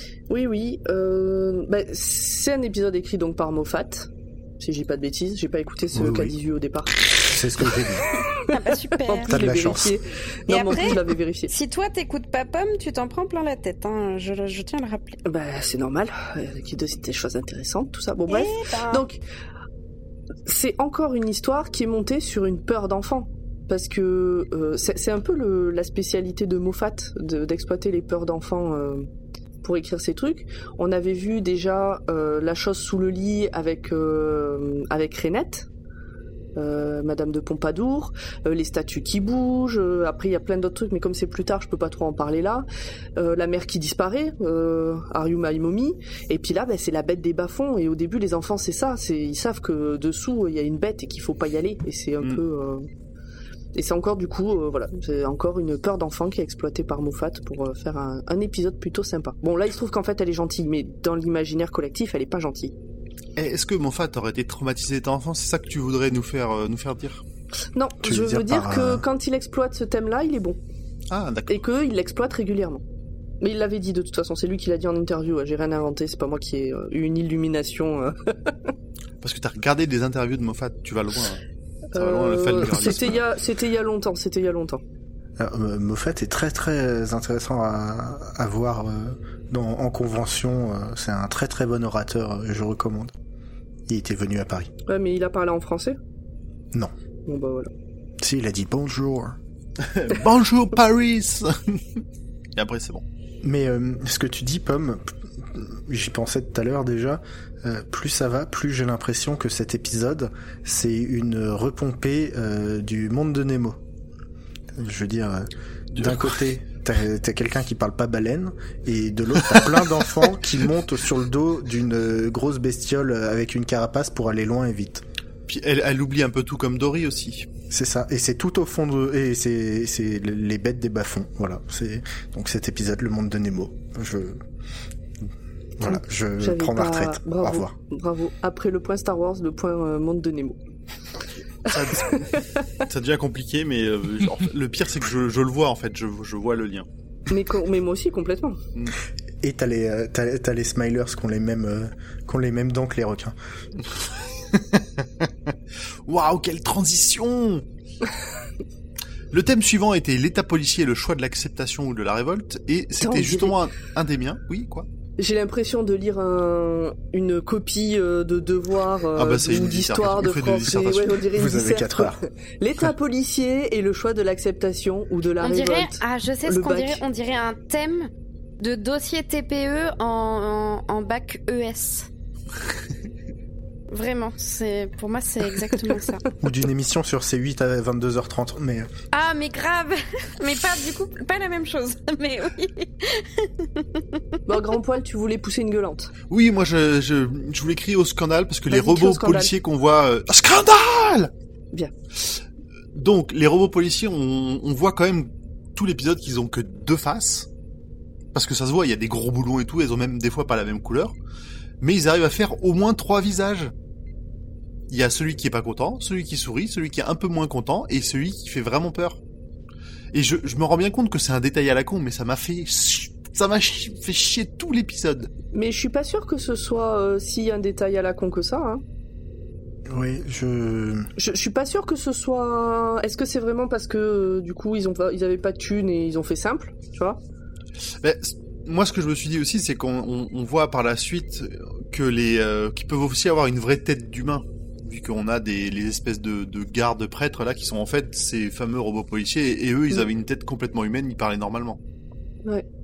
C'est un épisode écrit donc par Moffat. Si j'ai pas de bêtises, j'ai pas écouté ce qu'a dit au départ. C'est ce que j'ai dit. Ah bah super. En plus, T'as de je l'ai la chance. vérifié. Et Non, mais en après- plus, je l'avais vérifié. Si toi t'écoutes pas Pomme, tu t'en prends plein la tête, hein. Je tiens à le rappeler. C'est normal. Qui doit des choses intéressantes, tout ça. Bon, bref. Eh ben, Donc, c'est encore une histoire qui est montée sur une peur d'enfant. Parce que c'est un peu la spécialité de Moffat, d'exploiter les peurs d'enfants pour écrire ces trucs. On avait vu déjà La chose sous le lit avec Renette, Madame de Pompadour, les statues qui bougent, après il y a plein d'autres trucs, mais comme c'est plus tard, je peux pas trop en parler là. La mère qui disparaît, Ariuma Imomi, et puis là, c'est la bête des bas-fonds, et au début, les enfants, c'est ça, ils savent que dessous, il y a une bête et qu'il faut pas y aller, et c'est un peu... Et c'est encore du coup, c'est encore une peur d'enfant qui est exploitée par Moffat pour faire un épisode plutôt sympa. Bon, là, il se trouve qu'en fait, elle est gentille, mais dans l'imaginaire collectif, elle est pas gentille. Est-ce que Moffat aurait été traumatisé étant enfant? C'est ça que tu voudrais nous faire dire? Non, Tu je veux veux dire dire par, que quand il exploite ce thème-là, il est bon. Ah, d'accord. Et qu'il l'exploite régulièrement. Mais il l'avait dit de toute façon, c'est lui qui l'a dit en interview, j'ai rien inventé, c'est pas moi qui ai eu une illumination. Parce que t'as regardé des interviews de Moffat, tu vas loin. Ça va loin, le fan-girlisme. C'était il y a longtemps. Moffat est très très intéressant à voir en convention. C'est un très très bon orateur, je recommande. Il était venu à Paris. Ouais, mais il a parlé en français? Non. Bon bah voilà. Si, il a dit bonjour. Bonjour Paris. Et après c'est bon. Mais ce que tu dis, Pomme, j'y pensais tout à l'heure déjà, plus ça va, plus j'ai l'impression que cet épisode, c'est une repompée du monde de Nemo. Je veux dire, d'un côté, t'as quelqu'un qui parle pas baleine, et de l'autre, t'as plein d'enfants qui montent sur le dos d'une grosse bestiole avec une carapace pour aller loin et vite. Puis elle oublie un peu tout comme Dory aussi. C'est ça, et c'est tout au fond et c'est les bêtes des bas-fonds, voilà. C'est donc cet épisode, le monde de Nemo. Je J'avais prends ma pas- retraite. Bravo, Au revoir. Bravo. Après le point Star Wars, le point monde de Nemo. Ça devient compliqué, mais le pire c'est que je le vois en fait, je vois le lien. Mais moi aussi, complètement. Et t'as les Smilers qui ont les mêmes dents que les requins. Waouh, quelle transition! Le thème suivant était l'état policier, le choix de l'acceptation ou de la révolte, et on c'était dirait- justement un des miens. Oui, quoi? J'ai l'impression de lire une copie de devoir c'est ou une d'histoire de dissertation. Vous faites des français. Ouais, on dirait une Vous avez disserte. 4 heures. L'état policier et le choix de l'acceptation ou de la on dirait, révolte. je sais ce Le qu'on bac. dirait, on dirait un thème de dossier TPE en bac ES. Vraiment, pour moi c'est exactement ça. Ou d'une émission sur C8 à 22h30, mais Ah mais grave, mais pas la même chose, mais oui. Bon, grand poil, tu voulais pousser une gueulante. Oui, moi je voulais crier au scandale parce que les Vas-y, crie au robots scandale. policiers qu'on voit... Scandale! Bien. Donc, les robots policiers, on voit quand même tout l'épisode qu'ils ont que 2 faces. Parce que ça se voit, il y a des gros boulons et tout, elles ont même des fois pas la même couleur. Mais ils arrivent à faire au moins 3 visages. Il y a celui qui est pas content, celui qui sourit, celui qui est un peu moins content, et celui qui fait vraiment peur. Et je me rends bien compte que c'est un détail à la con, mais ça m'a fait chier tout l'épisode. Mais je suis pas sûr que ce soit si un détail à la con que ça. Hein. oui, Je suis pas sûr que ce soit. Est-ce que c'est vraiment parce que du coup ils avaient pas de thunes et ils ont fait simple, tu vois? Ben, moi, ce que je me suis dit aussi, c'est qu'on voit par la suite que qui peuvent aussi avoir une vraie tête d'humain, vu qu'on a les espèces de gardes prêtres là qui sont en fait ces fameux robots policiers, et eux, ils avaient une tête complètement humaine, ils parlaient normalement. Ouais.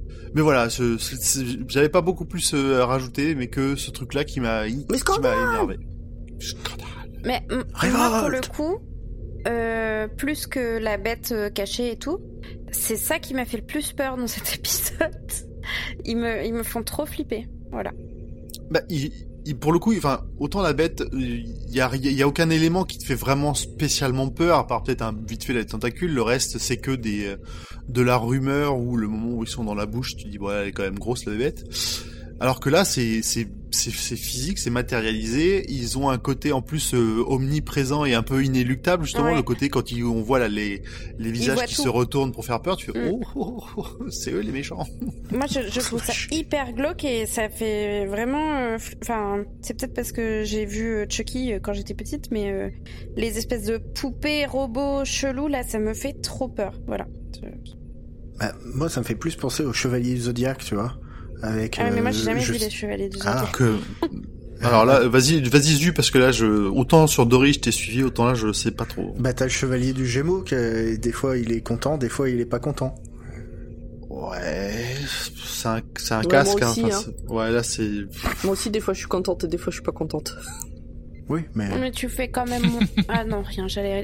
Mais voilà, j'avais pas beaucoup plus à rajouter, mais que ce truc-là qui m'a énervé. Scandale. Mais moi, pour le coup, plus que la bête cachée et tout, c'est ça qui m'a fait le plus peur dans cet épisode. Ils me font trop flipper. Voilà. Bah, pour le coup, enfin, autant la bête, il y a aucun élément qui te fait vraiment spécialement peur, à part peut-être vite fait les tentacules. Le reste, c'est que de la rumeur ou le moment où ils sont dans la bouche, tu dis, voilà, elle est quand même grosse la bête. Alors que là, c'est physique, c'est matérialisé. Ils ont un côté en plus omniprésent et un peu inéluctable, justement. Ouais. Le côté quand on voit là les visages qui se retournent pour faire peur, tu fais c'est eux les méchants. Moi, je trouve ça hyper glauque et ça fait vraiment. Enfin, c'est peut-être parce que j'ai vu Chucky quand j'étais petite, mais les espèces de poupées robots chelous là, ça me fait trop peur. Voilà. Bah, moi, ça me fait plus penser au Chevalier du Zodiac, tu vois. Avec, mais moi j'ai jamais vu les Chevaliers du Zodiac. Alors là, vas-y Zu, parce que là, autant sur Dory je t'ai suivi, autant là je sais pas trop. Bah t'as le Chevalier du Gémeaux, des fois il est content, des fois il est pas content. Ouais, c'est un casque. Moi aussi, hein. Ouais, là c'est... Moi aussi, des fois je suis contente et des fois je suis pas contente. Oui, mais... Mais tu fais quand même... Ah non, rien, j'allais...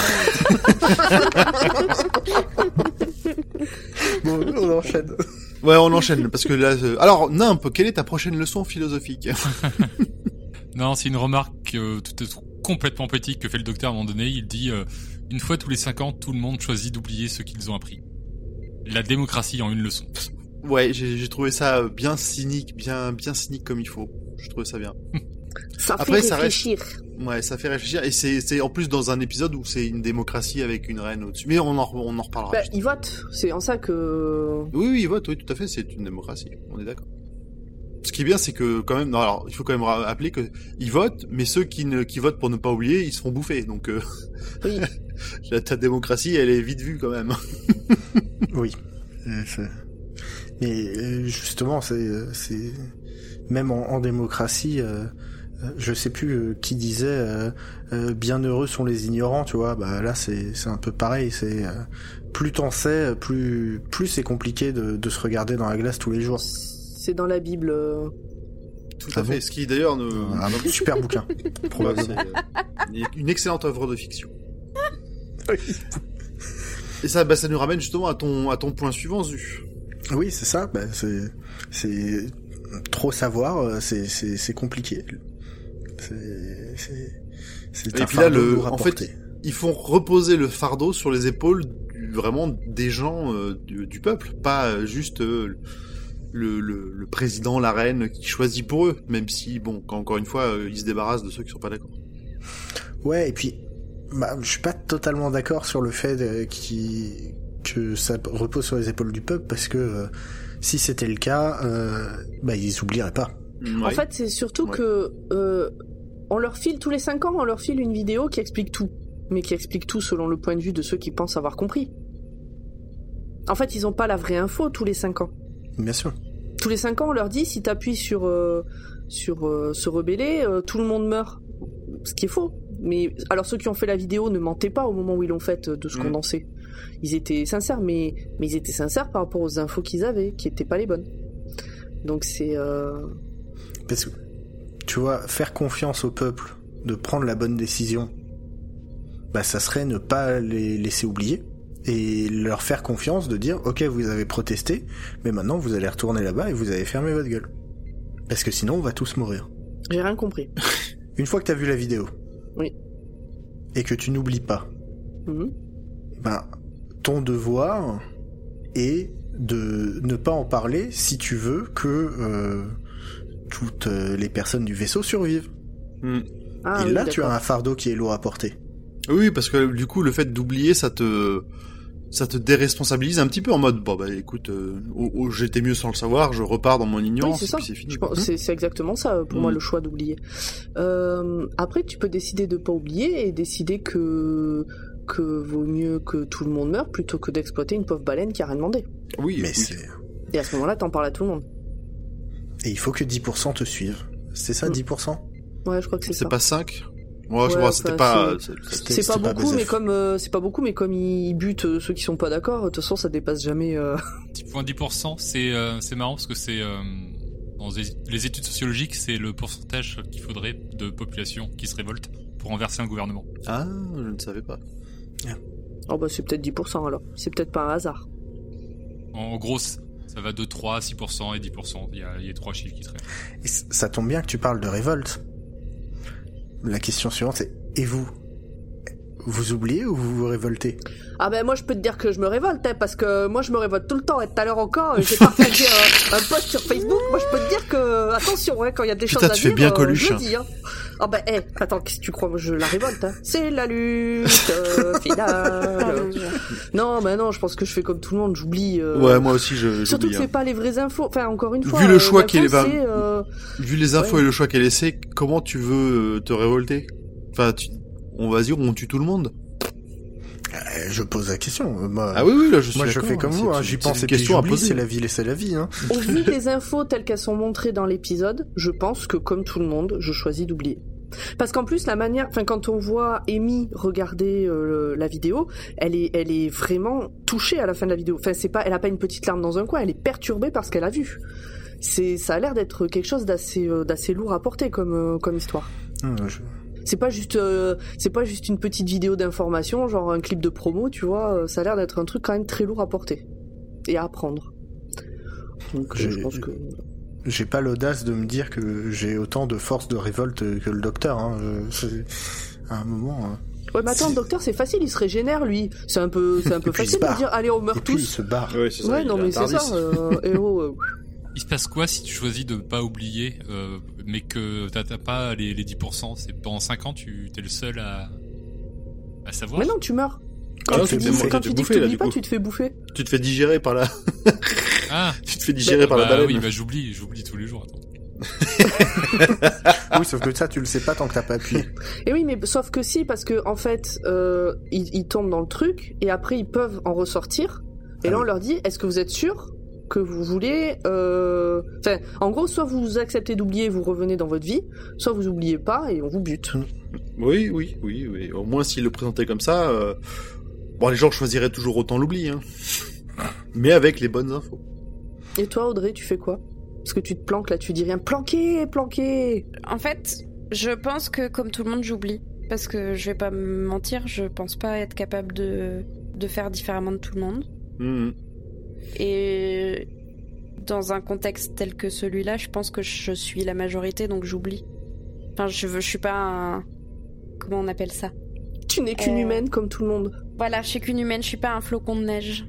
Bon, on enchaîne. Ouais, on enchaîne, parce que là... Alors, Nimp, quelle est ta prochaine leçon philosophique? Non, c'est une remarque complètement poétique que fait le docteur à un moment donné. Il dit, une fois tous les 5 ans, tout le monde choisit d'oublier ce qu'ils ont appris. La démocratie en une leçon. Ouais, j'ai trouvé ça bien cynique, bien cynique comme il faut. Je trouvais ça bien. Ça fait réfléchir. Ouais, ça fait réfléchir. Et c'est en plus dans un épisode où c'est une démocratie avec une reine au-dessus. Mais on en reparlera. Bah, ils votent. C'est en ça que... Oui, ils votent. Oui, tout à fait. C'est une démocratie. On est d'accord. Ce qui est bien, c'est que quand même... Non, alors, il faut quand même rappeler que ils votent, mais ceux qui votent pour ne pas oublier, ils se font bouffer. Donc, oui. ta démocratie, elle est vite vue quand même. Oui. Mais justement, c'est même en démocratie... je sais plus qui disait bienheureux sont les ignorants, tu vois. Bah là c'est un peu pareil, c'est plus t'en sais, plus c'est compliqué de se regarder dans la glace tous les jours. C'est dans la Bible. Tout à fait. Ce qui d'ailleurs un super bouquin, probablement. Une excellente œuvre de fiction. Et ça nous ramène justement à ton point suivant, Zu. Oui, c'est ça. Bah, c'est trop savoir, c'est compliqué. C'est et puis là, en fait, ils font reposer le fardeau sur les épaules vraiment des gens du peuple, pas juste le président, la reine qui choisit pour eux, même si, bon, encore une fois, ils se débarrassent de ceux qui sont pas d'accord. Ouais, et puis, je suis pas totalement d'accord sur le fait que ça repose sur les épaules du peuple, parce que si c'était le cas, ils oublieraient pas. Ouais. En fait, c'est surtout que on leur file tous les 5 ans, on leur file une vidéo qui explique tout, mais qui explique tout selon le point de vue de ceux qui pensent avoir compris. En fait, ils ont pas la vraie info tous les 5 ans. Bien sûr. Tous les 5 ans, on leur dit si t'appuies sur se rebeller, tout le monde meurt. Ce qui est faux. Mais alors ceux qui ont fait la vidéo ne mentaient pas au moment où ils l'ont faite de ce qu'on en sait. Ils étaient sincères, mais ils étaient sincères par rapport aux infos qu'ils avaient, qui étaient pas les bonnes. Donc c'est... Parce que, tu vois, faire confiance au peuple de prendre la bonne décision, ça serait ne pas les laisser oublier et leur faire confiance de dire ok, vous avez protesté, mais maintenant vous allez retourner là-bas et vous allez fermer votre gueule. Parce que sinon on va tous mourir. J'ai rien compris. Une fois que t'as vu la vidéo, oui, et que tu n'oublies pas, ton devoir est de ne pas en parler si tu veux que toutes les personnes du vaisseau survivent. Et là, tu as un fardeau qui est lourd à porter. Oui, parce que du coup, le fait d'oublier, ça te déresponsabilise un petit peu en mode, écoute, j'étais mieux sans le savoir, je repars dans mon ignorance, oui, et puis c'est fini. C'est exactement ça, pour moi, le choix d'oublier. Après, tu peux décider de pas oublier et décider que vaut mieux que tout le monde meure plutôt que d'exploiter une pauvre baleine qui a rien demandé. Oui, mais Et à ce moment-là, t'en parles à tout le monde. Et il faut que 10% te suivent. C'est ça, 10%? Ouais, je crois que c'est ça. C'est pas 5? Moi, je Ouais, crois que c'était enfin, pas... C'est pas beaucoup, BZF. mais comme ils butent ceux qui sont pas d'accord, de toute façon ça dépasse jamais. 10%, c'est marrant parce que c'est dans les études sociologiques, c'est le pourcentage qu'il faudrait de population qui se révolte pour renverser un gouvernement. Ah, je ne savais pas. Oh bah c'est peut-être 10% alors. C'est peut-être pas un hasard. En gros, ça va de 3 à 6% et 10%. Il y a 3 chiffres qui traînent. Et ça tombe bien que tu parles de révolte. La question suivante c'est, et vous oubliez ou vous vous révoltez? Ah ben moi je peux te dire que je me révolte, hein, parce que moi je me révolte tout le temps, et tout à l'heure encore j'ai partagé un post sur Facebook. Moi je peux te dire que attention, hein, quand il y a des choses à tu fais dire, bien Coluche, je le dis. Hein. Ah ben attends, qu'est-ce que tu crois, moi je la révolte, hein. C'est la lutte finale. Non mais non, je pense que je fais comme tout le monde, j'oublie. Ouais, moi aussi j'oublie. Surtout que c'est pas les vraies infos. Enfin encore une fois. Vu le choix l'info, vu les infos ouais. et le choix qu'elle est laissé, comment tu veux te révolter? Enfin, on tue tout le monde. Je pose la question. Moi, Ah oui, là, je suis moi je d'accord, fais comme c'est- vous, hein, c'est- j'y c'est pense une et puis question à j'oublie, poser. c'est la vie, hein. Au vu des infos telles qu'elles sont montrées dans l'épisode, je pense que comme tout le monde, je choisis d'oublier. Parce qu'en plus la manière, enfin quand on voit Amy regarder la vidéo, elle est vraiment touchée à la fin de la vidéo. Enfin elle a pas une petite larme dans un coin, elle est perturbée par ce qu'elle a vu. Ça a l'air d'être quelque chose d'assez lourd à porter comme histoire. C'est pas juste une petite vidéo d'information, genre un clip de promo, tu vois. Ça a l'air d'être un truc quand même très lourd à porter et à apprendre. Donc je pense que J'ai pas l'audace de me dire que j'ai autant de force de révolte que le docteur, hein. À un moment. ouais, mais attends, le docteur c'est facile, il se régénère lui. C'est un peu puis, il facile se barre. de dire allez on Et meurt puis il tous. se barre. Ouais, c'est ça. Ouais, non mais c'est ça. Héros. Il se passe quoi si tu choisis de pas oublier, mais que t'as pas les 10%? C'est pendant 5 ans, t'es le seul à savoir. Mais non, tu meurs. Ah non, tu tu dis, te fais quand tu dis que bouffer, tu là, oublies du pas, coup. tu te fais bouffer. Tu te fais digérer par la... Ah, tu te fais digérer par la baleine. Oui, j'oublie tous les jours. Attends. Oui, sauf que ça, tu le sais pas tant que t'as pas appuyé. Et oui, mais sauf que si, parce que en fait, ils tombent dans le truc et après ils peuvent en ressortir. Et là, on leur dit, est-ce que vous êtes sûr que vous voulez... Enfin, en gros, soit vous acceptez d'oublier et vous revenez dans votre vie, soit vous oubliez pas et on vous bute. Oui. Au moins, s'il le présentait comme ça, bon, les gens choisiraient toujours autant l'oubli, hein. Mais avec les bonnes infos. Et toi, Audrey, tu fais quoi? Parce que tu te planques là, tu dis rien. Planqué. En fait, je pense que comme tout le monde, j'oublie. Parce que je vais pas me mentir, je pense pas être capable de faire différemment de tout le monde. Et dans un contexte tel que celui-là, je pense que je suis la majorité, donc j'oublie. Enfin, je suis pas un... Comment on appelle ça? Tu n'es qu'une humaine comme tout le monde. Voilà, je suis qu'une humaine, je suis pas un flocon de neige.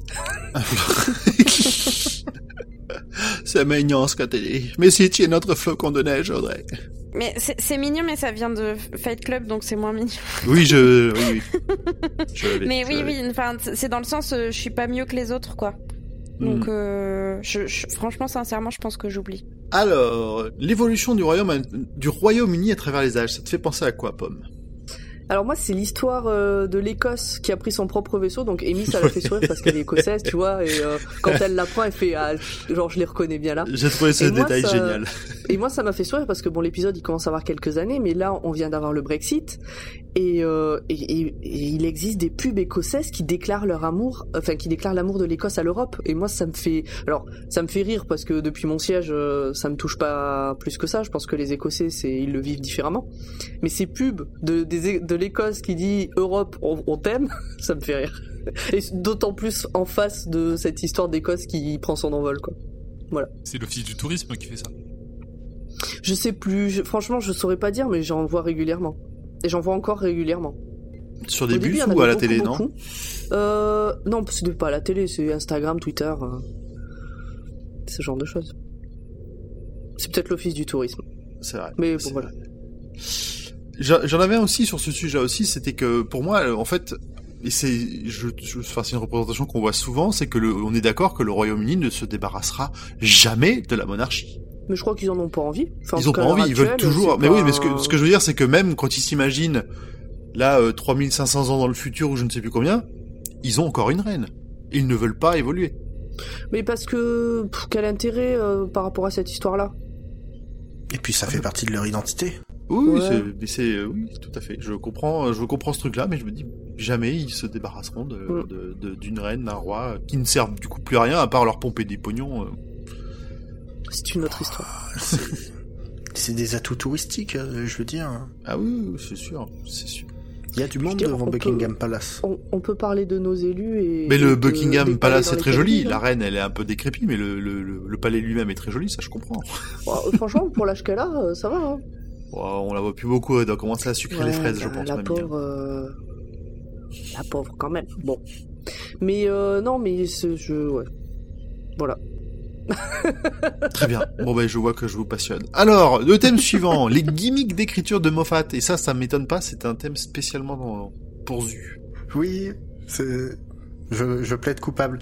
C'est mignon ce que t'as dit. Mais si tu es notre flocon de neige, Audrey. Mais c'est mignon, mais ça vient de Fight Club, donc c'est moins mignon. Oui. Je l'avais, Mais je oui, l'avais. enfin, c'est dans le sens, je suis pas mieux que les autres, quoi. Donc, franchement, sincèrement, je pense que j'oublie. Alors, l'évolution du Royaume-Uni à travers les âges, ça te fait penser à quoi, Pomme? Alors moi, c'est l'histoire de l'Écosse qui a pris son propre vaisseau. Donc Amy, ça l'a fait sourire parce qu'elle est écossaise, tu vois. Et quand elle l'apprend, elle fait genre je les reconnais bien là. J'ai trouvé ce Et moi, détail ça- génial. Et moi, ça m'a fait sourire parce que bon, l'épisode il commence à avoir quelques années, mais là, on vient d'avoir le Brexit et il existe des pubs écossaises qui déclarent leur amour, enfin qui déclarent l'amour de l'Écosse à l'Europe. Et moi, ça me fait rire parce que depuis mon siège, ça me touche pas plus que ça. Je pense que les Écossais, ils le vivent différemment. Mais ces pubs de l'Écosse qui dit Europe, on t'aime, ça me fait rire. Et d'autant plus en face de cette histoire d'Écosse qui prend son envol, quoi. Voilà. C'est l'Office du tourisme qui fait ça. Je sais plus, franchement, je saurais pas dire, mais j'en vois régulièrement. Et j'en vois encore régulièrement. Sur des Au début, bus il y en ou à avait la télé, beaucoup. Non, c'est pas à la télé, c'est Instagram, Twitter, ce genre de choses. C'est peut-être l'Office du tourisme. C'est vrai. Mais C'est bon, voilà. vrai. J'en avais un aussi sur ce sujet aussi, c'était que pour moi, en fait, et c'est une représentation qu'on voit souvent, c'est que on est d'accord que le Royaume-Uni ne se débarrassera jamais de la monarchie. Mais je crois qu'ils en ont pas envie. Enfin, en Ils tout ont cas, pas à l'heure envie, ils veulent actuelle, toujours. c'est Mais pas- oui, mais ce que je veux dire, c'est que même quand ils s'imaginent là 3500 ans dans le futur ou je ne sais plus combien, ils ont encore une reine. Ils ne veulent pas évoluer. Mais parce que quel intérêt par rapport à cette histoire-là? Et puis ça fait partie de leur identité. Oui, Ouais. oui, tout à fait. Je comprends ce truc-là, mais je me dis jamais ils se débarrasseront d'une reine, d'un roi, qui ne servent du coup plus à rien à part leur pomper des pognons. C'est une autre histoire. C'est des atouts touristiques, je veux dire. Ah oui, c'est sûr. Il y a du monde dire, devant on Buckingham Palace. On peut parler de nos élus et... Mais le et Buckingham des Palace palais c'est dans très lesquels joli. ils vivent, La hein. reine, elle est un peu décrépite, mais le palais lui-même est très joli, ça je comprends. Franchement, pour l'âge qu'elle a, ça va. Hein. On la voit plus beaucoup, elle doit commencer à sucrer les fraises, je pense. La même pauvre... La pauvre, quand même. Bon. Mais non, mais ouais. Voilà. Très bien. Bon ben je vois que je vous passionne. Alors, le thème suivant, les gimmicks d'écriture de Moffat. Et ça m'étonne pas, c'est un thème spécialement pour Zu. Oui, je plaide coupable.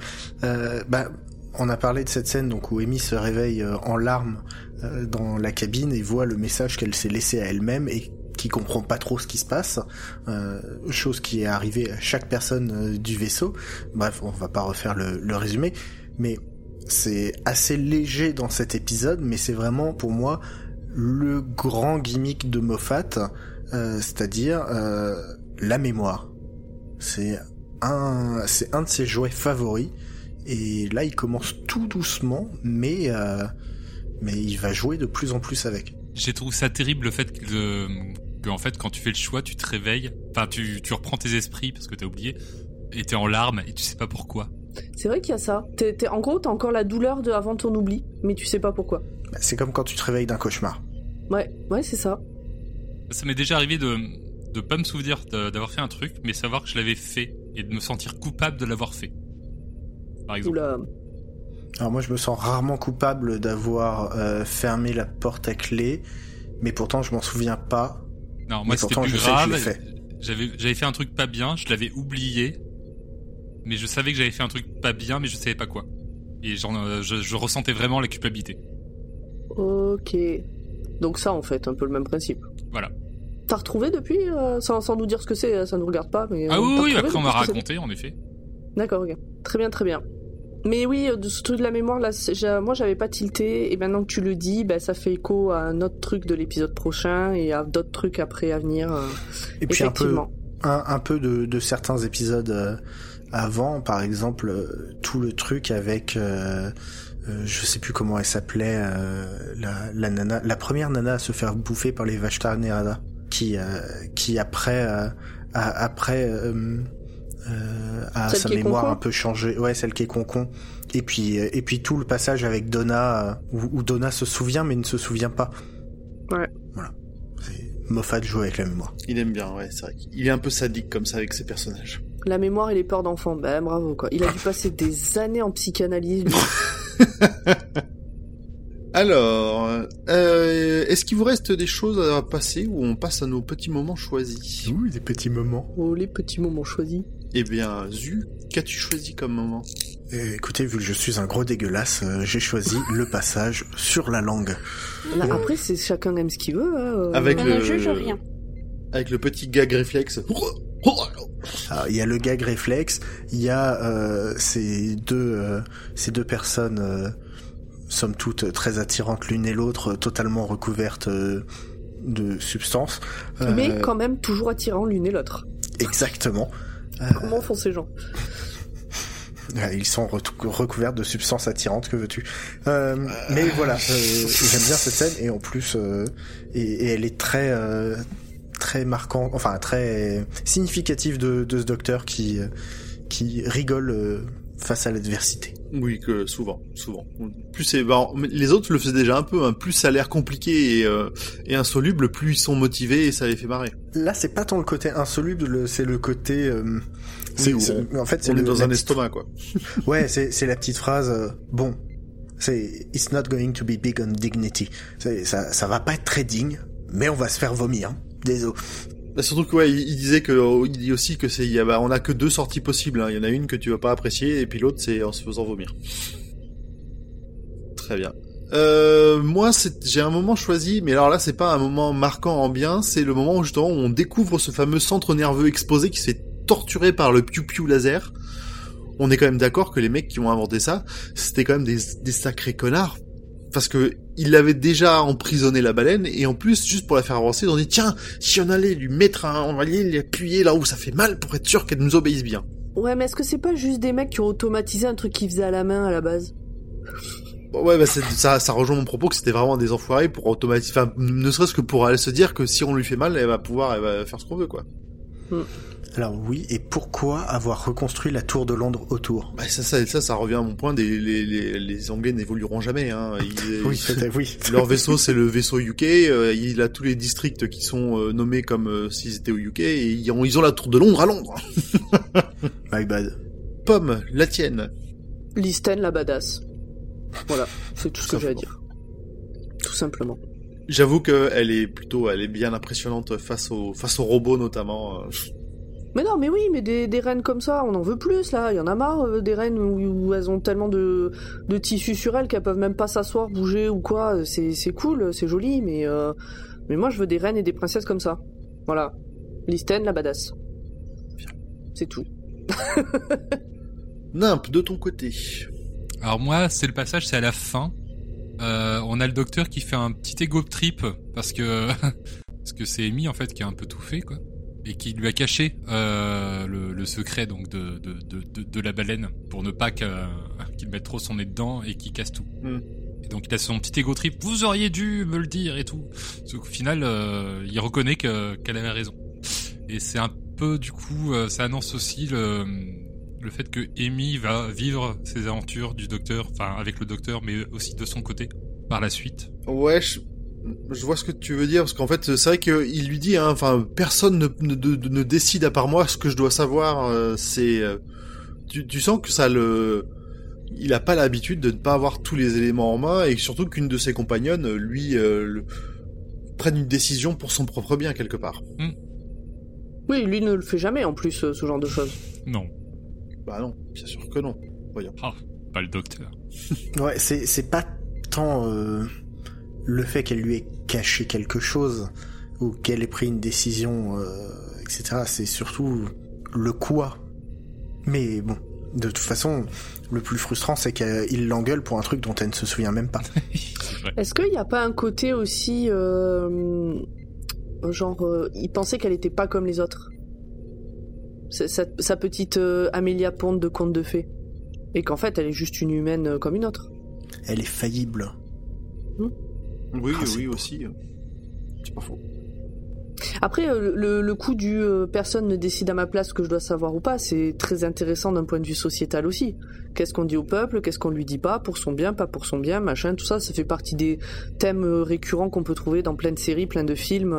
On a parlé de cette scène donc où Amy se réveille en larmes dans la cabine et voit le message qu'elle s'est laissé à elle-même et qui comprend pas trop ce qui se passe, chose qui est arrivée à chaque personne du vaisseau. Bref, on va pas refaire le résumé, mais c'est assez léger dans cet épisode, mais c'est vraiment pour moi le grand gimmick de Moffat, c'est-à-dire la mémoire. C'est un de ses jouets favoris, et là il commence tout doucement, mais il va jouer de plus en plus avec. J'ai trouvé ça terrible le fait que en fait quand tu fais le choix, tu te réveilles, enfin tu reprends tes esprits parce que t'as oublié, et t'es en larmes et tu sais pas pourquoi. C'est vrai qu'il y a ça. En gros, t'as encore la douleur de avant ton oubli, mais tu sais pas pourquoi. C'est comme quand tu te réveilles d'un cauchemar. Ouais, c'est ça. Ça m'est déjà arrivé de pas me souvenir d'avoir fait un truc, mais savoir que je l'avais fait et de me sentir coupable de l'avoir fait. Par exemple. Oula. Alors moi je me sens rarement coupable d'avoir fermé la porte à clé, mais pourtant je m'en souviens pas. Non, moi c'était plus je sais que je grave. l'ai fait. J'avais fait un truc pas bien, je l'avais oublié, mais je savais que j'avais fait un truc pas bien, mais je savais pas quoi. Et je ressentais vraiment la culpabilité. Ok. Donc ça, en fait, un peu le même principe. Voilà. T'as retrouvé depuis, sans nous dire ce que c'est, ça nous regarde pas, mais... Ah oui, t'as retrouvé après on m'a depuis ce que raconté, en effet. c'est. D'accord, ok. Très bien, très bien. Mais oui, de ce truc de la mémoire, là, moi j'avais pas tilté, et maintenant que tu le dis, ça fait écho à un autre truc de l'épisode prochain, et à d'autres trucs après à venir. Et puis effectivement. un peu de certains épisodes avant, par exemple, tout le truc avec... je sais plus comment elle s'appelait, la nana, la première nana à se faire bouffer par les Vashta Nerada, qui après a sa mémoire un peu changé. Ouais, celle qui est concon. Et puis tout le passage avec Donna, où Donna se souvient mais ne se souvient pas. Ouais. Voilà. Moffat joue avec la mémoire. Il aime bien, ouais, c'est vrai. Il est un peu sadique comme ça avec ses personnages. La mémoire et les peurs d'enfant, bravo quoi. Il a dû passer des années en psychanalyse. Lui. Alors, est-ce qu'il vous reste des choses à passer ou on passe à nos petits moments choisis? Oui, des petits moments. Oh, les petits moments choisis. Eh bien, Zu, qu'as-tu choisi comme moment? Écoutez, vu que je suis un gros dégueulasse, j'ai choisi le passage sur la langue. Là, après, c'est chacun aime ce qu'il veut. Hein, Avec On ne juge rien. Avec le petit gag réflexe. Alors, il y a le gag réflexe, il y a ces deux personnes, somme toute très attirantes l'une et l'autre, totalement recouvertes de substances. Mais quand même toujours attirant l'une et l'autre. Exactement. Comment font ces gens? Ils sont recouverts de substances attirantes, que veux-tu. Mais voilà, j'aime bien cette scène, et en plus, et elle est très marquante, enfin très significative de ce docteur qui rigole face à l'adversité. Oui, que souvent. Plus c'est, les autres le faisaient déjà un peu, hein. Plus ça a l'air compliqué et insoluble, plus ils sont motivés et ça les fait marrer. Là, c'est pas tant le côté insoluble, c'est le côté. En fait, c'est on est dans un estomac, quoi. Ouais, c'est la petite phrase. Bon, c'est It's not going to be big on dignity. Ça va pas être très digne, mais on va se faire vomir. Hein. Désolé. Bah, surtout que ouais, il dit aussi que on a que deux sorties possibles. Hein. Il y en a une que tu vas pas apprécier et puis l'autre c'est en se faisant vomir. Très bien. Moi, j'ai un moment choisi, mais alors là, c'est pas un moment marquant en bien, c'est le moment où justement on découvre ce fameux centre nerveux exposé qui se fait torturer par le piou-piou laser. On est quand même d'accord que les mecs qui ont inventé ça, c'était quand même des sacrés connards, parce que il avait déjà emprisonné la baleine, et en plus, juste pour la faire avancer, ils ont dit, tiens, si on allait lui mettre on va aller l'appuyer là où ça fait mal pour être sûr qu'elle nous obéisse bien. Ouais, mais est-ce que c'est pas juste des mecs qui ont automatisé un truc qu'ils faisaient à la main à la base? Ouais, bah ça rejoint mon propos que c'était vraiment des enfoirés pour automatiser, enfin, ne serait-ce que pour aller se dire que si on lui fait mal, elle va faire ce qu'on veut, quoi. Alors oui, et pourquoi avoir reconstruit la tour de Londres autour? Bah ça revient à mon point, les Anglais n'évolueront jamais, hein. Oui, oui. Leur vaisseau, c'est le vaisseau UK, il a tous les districts qui sont nommés comme s'ils étaient au UK, et ils ont la tour de Londres à Londres. My bad. Pomme, la tienne. Listen, la badass. Voilà, c'est tout ce que j'ai à dire. Tout simplement. J'avoue que elle est bien impressionnante face aux robots notamment. Mais non, mais oui, mais des reines comme ça, on en veut plus là. Il y en a marre des reines où elles ont tellement de tissu sur elles qu'elles peuvent même pas s'asseoir, bouger ou quoi. C'est cool, c'est joli, mais moi je veux des reines et des princesses comme ça. Voilà, Listen, la badass. C'est tout. Nimp, de ton côté. Alors moi, c'est à la fin. On a le docteur qui fait un petit ego trip parce que c'est Amy en fait qui a un peu tout fait, quoi, et qui lui a caché le secret donc de la baleine pour ne pas qu'il mette trop son nez dedans et qu'il casse tout. Et donc il a son petit ego trip. Vous auriez dû me le dire et tout. Sauf qu'au final, il reconnaît qu'elle avait raison. Et c'est un peu du coup, ça annonce aussi le fait que Amy va vivre ses aventures du docteur, enfin avec le docteur, mais aussi de son côté par la suite. Ouais, je vois ce que tu veux dire, parce qu'en fait c'est vrai qu'il lui dit, hein, enfin personne ne décide à part moi. Ce que je dois savoir, c'est tu sens que ça il a pas l'habitude de ne pas avoir tous les éléments en main, et surtout qu'une de ses compagnonnes lui prenne une décision pour son propre bien quelque part. Oui, lui ne le fait jamais en plus, ce genre de choses. Non. Bah non, bien sûr que non. Voyons. Ah, pas le docteur. Ouais, c'est pas tant le fait qu'elle lui ait caché quelque chose ou qu'elle ait pris une décision, etc. C'est surtout le quoi. Mais bon, de toute façon, le plus frustrant, c'est qu'il l'engueule pour un truc dont elle ne se souvient même pas. C'est vrai. Est-ce qu'il n'y a pas un côté aussi, il pensait qu'elle était pas comme les autres? Sa petite Amélia Pond de conte de fées. Et qu'en fait, elle est juste une humaine comme une autre. Elle est faillible. Oui, oui, aussi. C'est pas faux. Après, le coup du personne ne décide à ma place ce que je dois savoir ou pas, c'est très intéressant d'un point de vue sociétal aussi. Qu'est-ce qu'on dit au peuple, qu'est-ce qu'on lui dit pas, pour son bien, pas pour son bien, machin, tout ça, ça fait partie des thèmes récurrents qu'on peut trouver dans plein de séries, plein de films,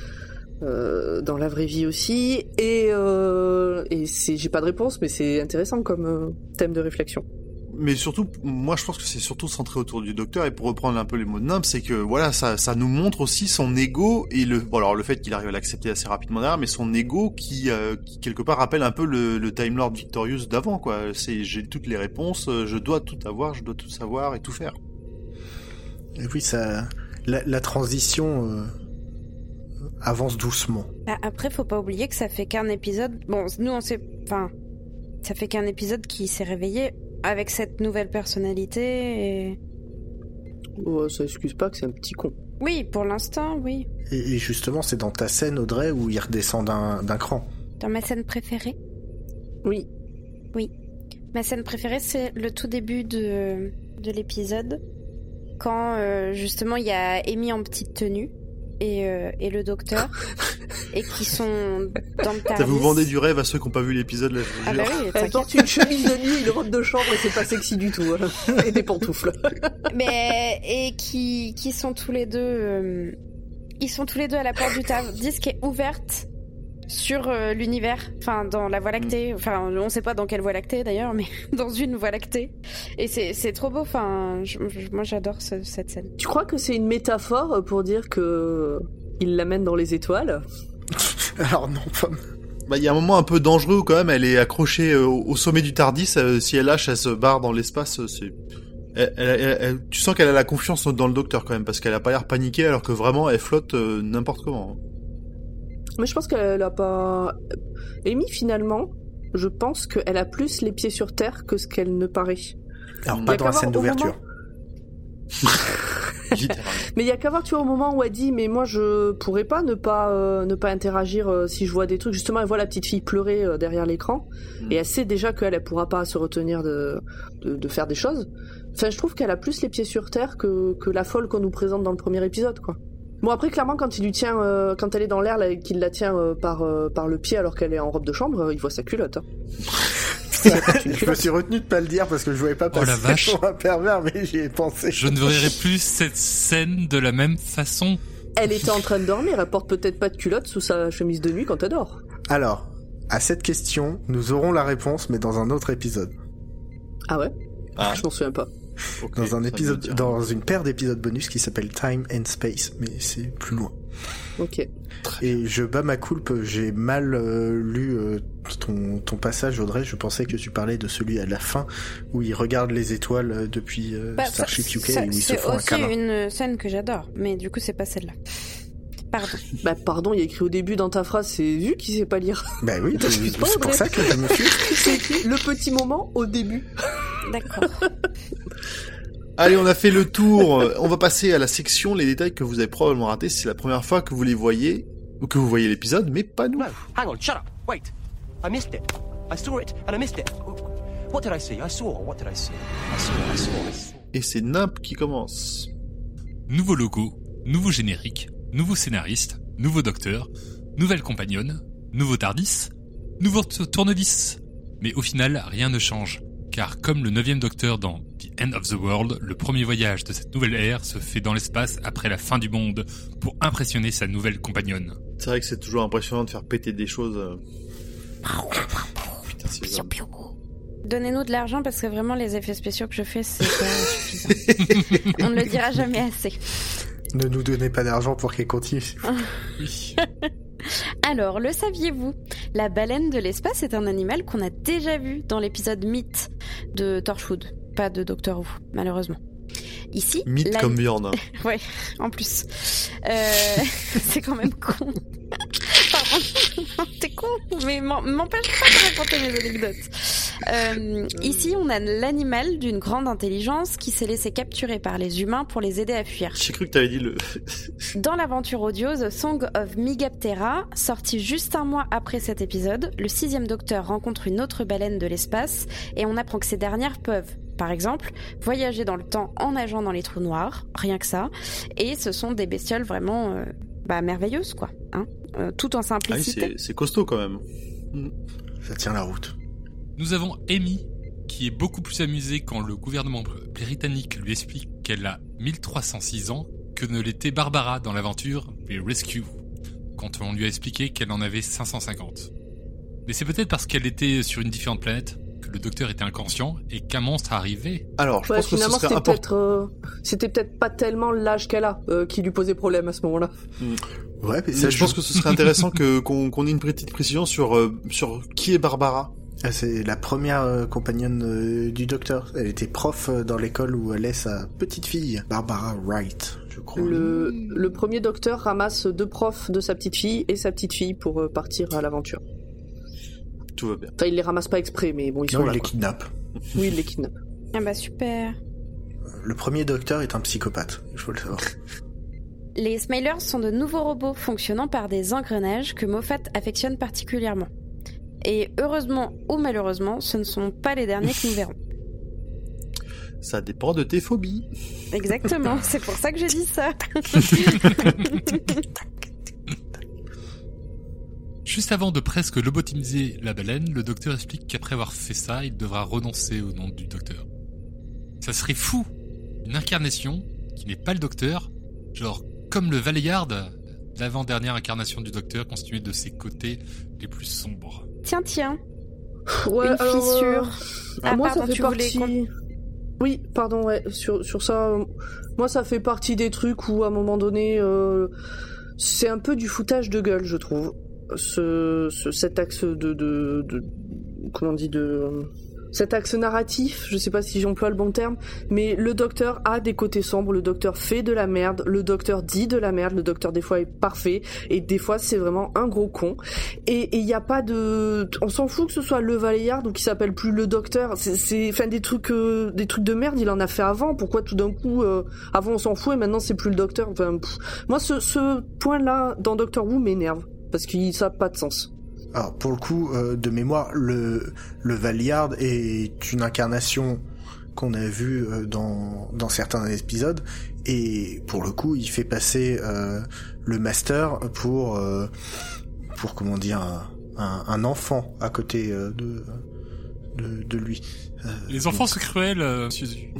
dans la vraie vie aussi. Et j'ai pas de réponse, mais c'est intéressant comme thème de réflexion. Mais surtout, moi je pense que c'est surtout centré autour du docteur, et pour reprendre un peu les mots de Nimp, c'est que voilà, ça nous montre aussi son ego, et le fait qu'il arrive à l'accepter assez rapidement derrière, mais son ego qui quelque part rappelle un peu le Time Lord Victorious d'avant, quoi. C'est j'ai toutes les réponses, je dois tout avoir, je dois tout savoir et tout faire. Et oui, la transition avance doucement. Après, faut pas oublier que ça fait qu'un épisode. Bon, nous ça fait qu'un épisode qui s'est réveillé avec cette nouvelle personnalité et... Oh, ça excuse pas que c'est un petit con. Oui, pour l'instant, oui. Et justement, c'est dans ta scène, Audrey, où il redescend d'un cran. Dans ma scène préférée ? Oui. Oui. Ma scène préférée, c'est le tout début de l'épisode, quand justement il y a Amy en petite tenue et le docteur, et qui sont dans le TARDIS. Vous vendez du rêve à ceux qui n'ont pas vu l'épisode là. Ah bah oui, elle porte une chemise de nuit, une robe de chambre, et c'est pas sexy du tout. Hein. Et des pantoufles. Et qui sont tous les deux... ils sont tous les deux à la porte du TARDIS qui est ouverte sur l'univers, enfin dans la Voie lactée, enfin on sait pas dans quelle Voie lactée d'ailleurs, mais dans une Voie lactée, et c'est trop beau, enfin moi j'adore cette scène. Tu crois que c'est une métaphore pour dire que il l'amène dans les étoiles? Alors non, pas... Bah il y a un moment un peu dangereux où quand même elle est accrochée au sommet du TARDIS, si elle lâche, elle se barre dans l'espace, c'est... tu sens qu'elle a la confiance dans le docteur quand même, parce qu'elle a pas l'air paniquée alors que vraiment elle flotte n'importe comment. Mais je pense qu'elle a pas... Amy, finalement, je pense qu'elle a plus les pieds sur terre que ce qu'elle ne paraît. Alors, pas dans la scène d'ouverture. Littéralement. Mais il y a qu'à voir, tu vois, au moment où elle dit, mais moi je pourrais pas ne pas interagir si je vois des trucs. Justement, elle voit la petite fille pleurer derrière l'écran, et elle sait déjà qu'elle pourra pas se retenir de faire des choses. Enfin, je trouve qu'elle a plus les pieds sur terre que la folle qu'on nous présente dans le premier épisode, quoi. Bon, après, clairement, quand il lui tient, quand elle est dans l'air, là, et qu'il la tient par le pied alors qu'elle est en robe de chambre, il voit sa culotte. Hein. Je me suis retenu de pas le dire parce que je voulais pas passer pour un pervers, mais j'y ai pensé. Je ne verrai plus cette scène de la même façon. Elle était en train de dormir, elle porte peut-être pas de culotte sous sa chemise de nuit quand elle dort. Alors, à cette question, nous aurons la réponse, mais dans un autre épisode. Ah ouais? Je m'en souviens pas. Okay, dans un épisode, dans une paire d'épisodes bonus qui s'appelle Time and Space, mais c'est plus loin. Ok. Et je bats ma coulpe, j'ai mal lu ton passage, Audrey. Je pensais que tu parlais de celui à la fin où ils regardent les étoiles depuis Starship UK et où ils se font un câlin. C'est aussi une scène que j'adore, mais du coup c'est pas celle-là. Pardon. Bah pardon, il y a écrit au début dans ta phrase, c'est vu qu'il sait pas lire. Bah oui, c'est pour ça que je me suis... C'est écrit le petit moment au début. D'accord. Allez, on a fait le tour. On va passer à la section les détails que vous avez probablement ratés. C'est la première fois que vous les voyez, ou que vous voyez l'épisode, mais pas nous. No, hang on, shut up, wait. I missed it. I saw it and I missed it. What did I see? I saw. What did I see? I saw. Et c'est Nimp qui commence. Nouveau logo, nouveau générique, nouveau scénariste, nouveau docteur, nouvelle compagnonne, nouveau TARDIS, nouveau tournevis. Mais au final, rien ne change. Car comme le 9e docteur dans The End of the World, le premier voyage de cette nouvelle ère se fait dans l'espace après la fin du monde pour impressionner sa nouvelle compagnonne. C'est vrai que c'est toujours impressionnant de faire péter des choses. Putain, c'est hommes. Donnez-nous de l'argent parce que vraiment les effets spéciaux que je fais, c'est pas suffisant. On ne le dira jamais assez. Ne nous donnez pas d'argent pour qu'elle continue. Oui. Alors, le saviez-vous? La baleine de l'espace est un animal qu'on a déjà vu dans l'épisode Mythe de Torchwood. Pas de Doctor Who, malheureusement. Ici... Mythe comme viande. Ouais, en plus. C'est quand même con. Pardon, t'es con, mais m'empêche pas de raconter mes anecdotes. Ici, on a l'animal d'une grande intelligence qui s'est laissé capturer par les humains pour les aider à fuir. J'ai cru que t'avais dit le... Dans l'aventure audio The Song of Megaptera, sortie juste un mois après cet épisode, le 6e docteur rencontre une autre baleine de l'espace et on apprend que ces dernières peuvent, par exemple, voyager dans le temps en nageant dans les trous noirs, rien que ça, et ce sont des bestioles vraiment merveilleuses, quoi, hein, tout en simplicité. Ah oui, c'est costaud quand même. Ça tient la route. Nous avons Amy, qui est beaucoup plus amusée quand le gouvernement britannique lui explique qu'elle a 1306 ans que ne l'était Barbara dans l'aventure The Rescue, quand on lui a expliqué qu'elle en avait 550. Mais c'est peut-être parce qu'elle était sur une différente planète que le docteur était inconscient et qu'un monstre arrivait. Alors, je pense que ce serait important. C'était peut-être pas tellement l'âge qu'elle a qui lui posait problème à ce moment-là. Ouais, mais ça, je pense que ce serait intéressant qu'on ait une petite précision sur qui est Barbara. Ah, c'est la première compagnonne du docteur. Elle était prof dans l'école où elle est sa petite fille, Barbara Wright, je crois. Le premier docteur ramasse 2 profs de sa petite fille et sa petite fille pour partir à l'aventure. Tout va bien. Enfin, il les ramasse pas exprès, mais bon, ils sont là. Il les kidnappe. Oui, il les kidnappe. Ah bah super. Le premier docteur est un psychopathe, il faut le savoir. Les Smilers sont de nouveaux robots fonctionnant par des engrenages que Moffat affectionne particulièrement. Et heureusement ou malheureusement, ce ne sont pas les derniers que nous verrons. Ça dépend de tes phobies. Exactement, c'est pour ça que j'ai dit ça. Juste avant de presque lobotomiser la baleine, le docteur explique qu'après avoir fait ça, il devra renoncer au nom du docteur. Ça serait fou! Une incarnation qui n'est pas le docteur, genre comme le Valeyard, l'avant-dernière incarnation du docteur constituée de ses côtés les plus sombres. Tiens. Ouais, une fissure. Moi, pardon, ça fait tu voulais partie... Oui, pardon, ouais, sur ça, moi, ça fait partie des trucs où, à un moment donné, c'est un peu du foutage de gueule, je trouve. Cet axe comment on dit, cet axe narratif, je sais pas si j'emploie le bon terme, mais le docteur a des côtés sombres, le docteur fait de la merde, le docteur dit de la merde, le docteur des fois est parfait, et des fois c'est vraiment un gros con. Et il y a pas de... On s'en fout que ce soit le Valeyard ou qu'il s'appelle plus le docteur, c'est enfin des trucs de merde, il en a fait avant, pourquoi tout d'un coup, avant on s'en fout et maintenant c'est plus le docteur, enfin... Moi ce point-là dans Doctor Who m'énerve, parce que ça n'a pas de sens. Alors pour le coup, de mémoire, le Valeyard est une incarnation qu'on a vue dans certains épisodes, et pour le coup, il fait passer le Master pour comment dire un enfant à côté de lui. Les enfants sont cruels, monsieur Zu.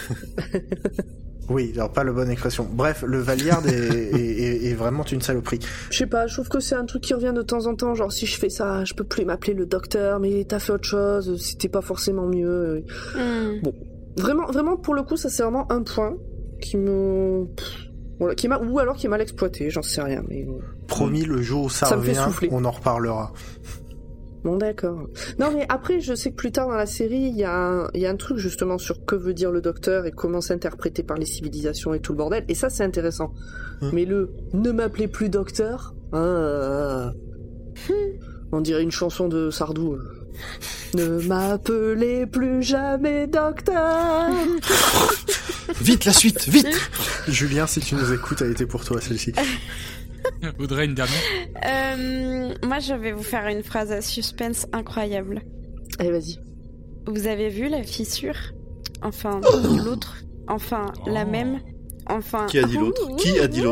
Oui, alors pas la bonne expression. Bref, le Valeyard est vraiment une saloperie. Je sais pas, je trouve que c'est un truc qui revient de temps en temps, genre si je fais ça, je peux plus m'appeler le docteur, mais t'as fait autre chose, c'était pas forcément mieux. Bon, vraiment pour le coup, ça c'est vraiment un point qui me... Voilà, ou alors qui est mal exploité, j'en sais rien. Mais... Promis, le jour où ça revient, on en reparlera. Bon, d'accord. Non, mais après, je sais que plus tard dans la série, il y a un truc justement sur que veut dire le docteur et comment s'interpréter par les civilisations et tout le bordel. Et ça, c'est intéressant. Mais le « ne m'appelez plus docteur », on dirait une chanson de Sardou. Ne m'appelez plus jamais docteur. Vite, la suite, vite. Julien, si tu nous écoutes, elle était pour toi, celle-ci. Audrey, une dernière. Moi, je vais vous faire une phrase à suspense incroyable. Allez, vas-y. Vous avez vu la fissure ? Enfin, l'autre. Enfin, la même. Enfin... Qui a dit l'autre ? Qui a dit l'autre ?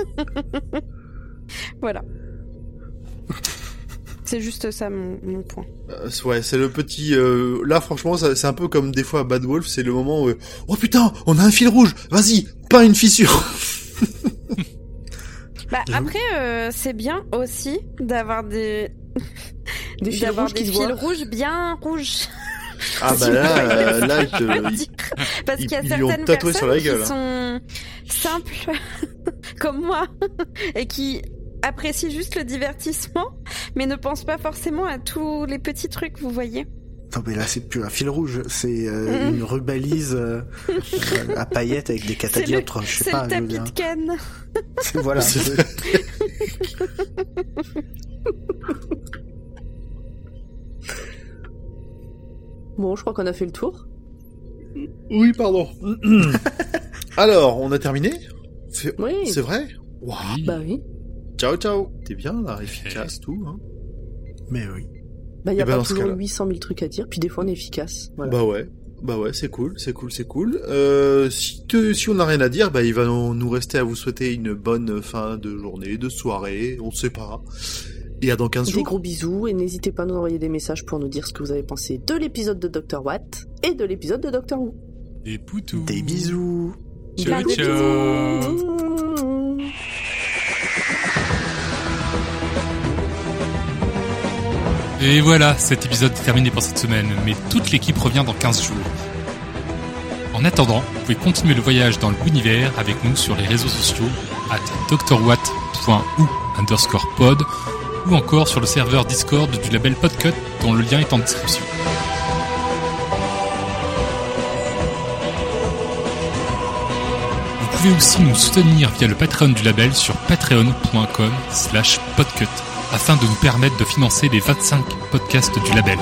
Voilà. C'est juste ça mon point. Ouais, c'est le petit... Là, franchement, c'est un peu comme des fois à Bad Wolf, c'est le moment où... Oh putain, on a un fil rouge. Vas-y, pas une fissure. Après, c'est bien aussi d'avoir des fils rouges, des fils rouges bien rouges. Ah bah là, parce qu'il y a certaines personnes qui sont simples comme moi et qui apprécient juste le divertissement, mais ne pensent pas forcément à tous les petits trucs, vous voyez. Non mais là c'est plus un fil rouge, c'est une rubalise à paillettes avec des catadioptres, je sais pas. C'est le tapis de Cannes. Voilà. Bon, je crois qu'on a fait le tour. Oui, pardon. Alors, on a terminé ? Oui. C'est vrai ? Wow. Bah oui. Ciao. T'es bien là, efficace, tout. Hein. Mais oui. Bah, y a pas toujours 800 000 trucs à dire, puis des fois on est efficace. Voilà. Bah ouais, c'est cool. Si on n'a rien à dire, bah il va nous rester à vous souhaiter une bonne fin de journée, de soirée, on sait pas. Et à dans 15 jours. Des gros bisous, et n'hésitez pas à nous envoyer des messages pour nous dire ce que vous avez pensé de l'épisode de Dr. Watt et de l'épisode de Doctor Who. Des poutous. Des bisous. Ciao. Et voilà, cet épisode est terminé pour cette semaine, mais toute l'équipe revient dans 15 jours. En attendant, vous pouvez continuer le voyage dans l'univers avec nous sur les réseaux sociaux @drwatt.ou_pod ou encore sur le serveur Discord du label Podcut dont le lien est en description. Vous pouvez aussi nous soutenir via le Patreon du label sur patreon.com/podcut afin de nous permettre de financer les 25 podcasts du label.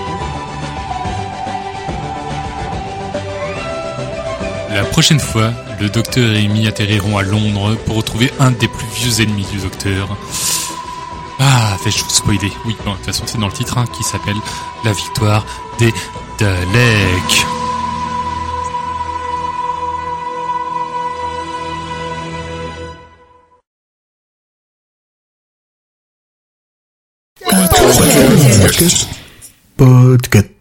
La prochaine fois, le docteur et Amy atterriront à Londres pour retrouver un des plus vieux ennemis du docteur. Ah, vais-je vous spoiler ? Oui, bon, de toute façon c'est dans le titre, qui s'appelle La victoire des Daleks. Podcut.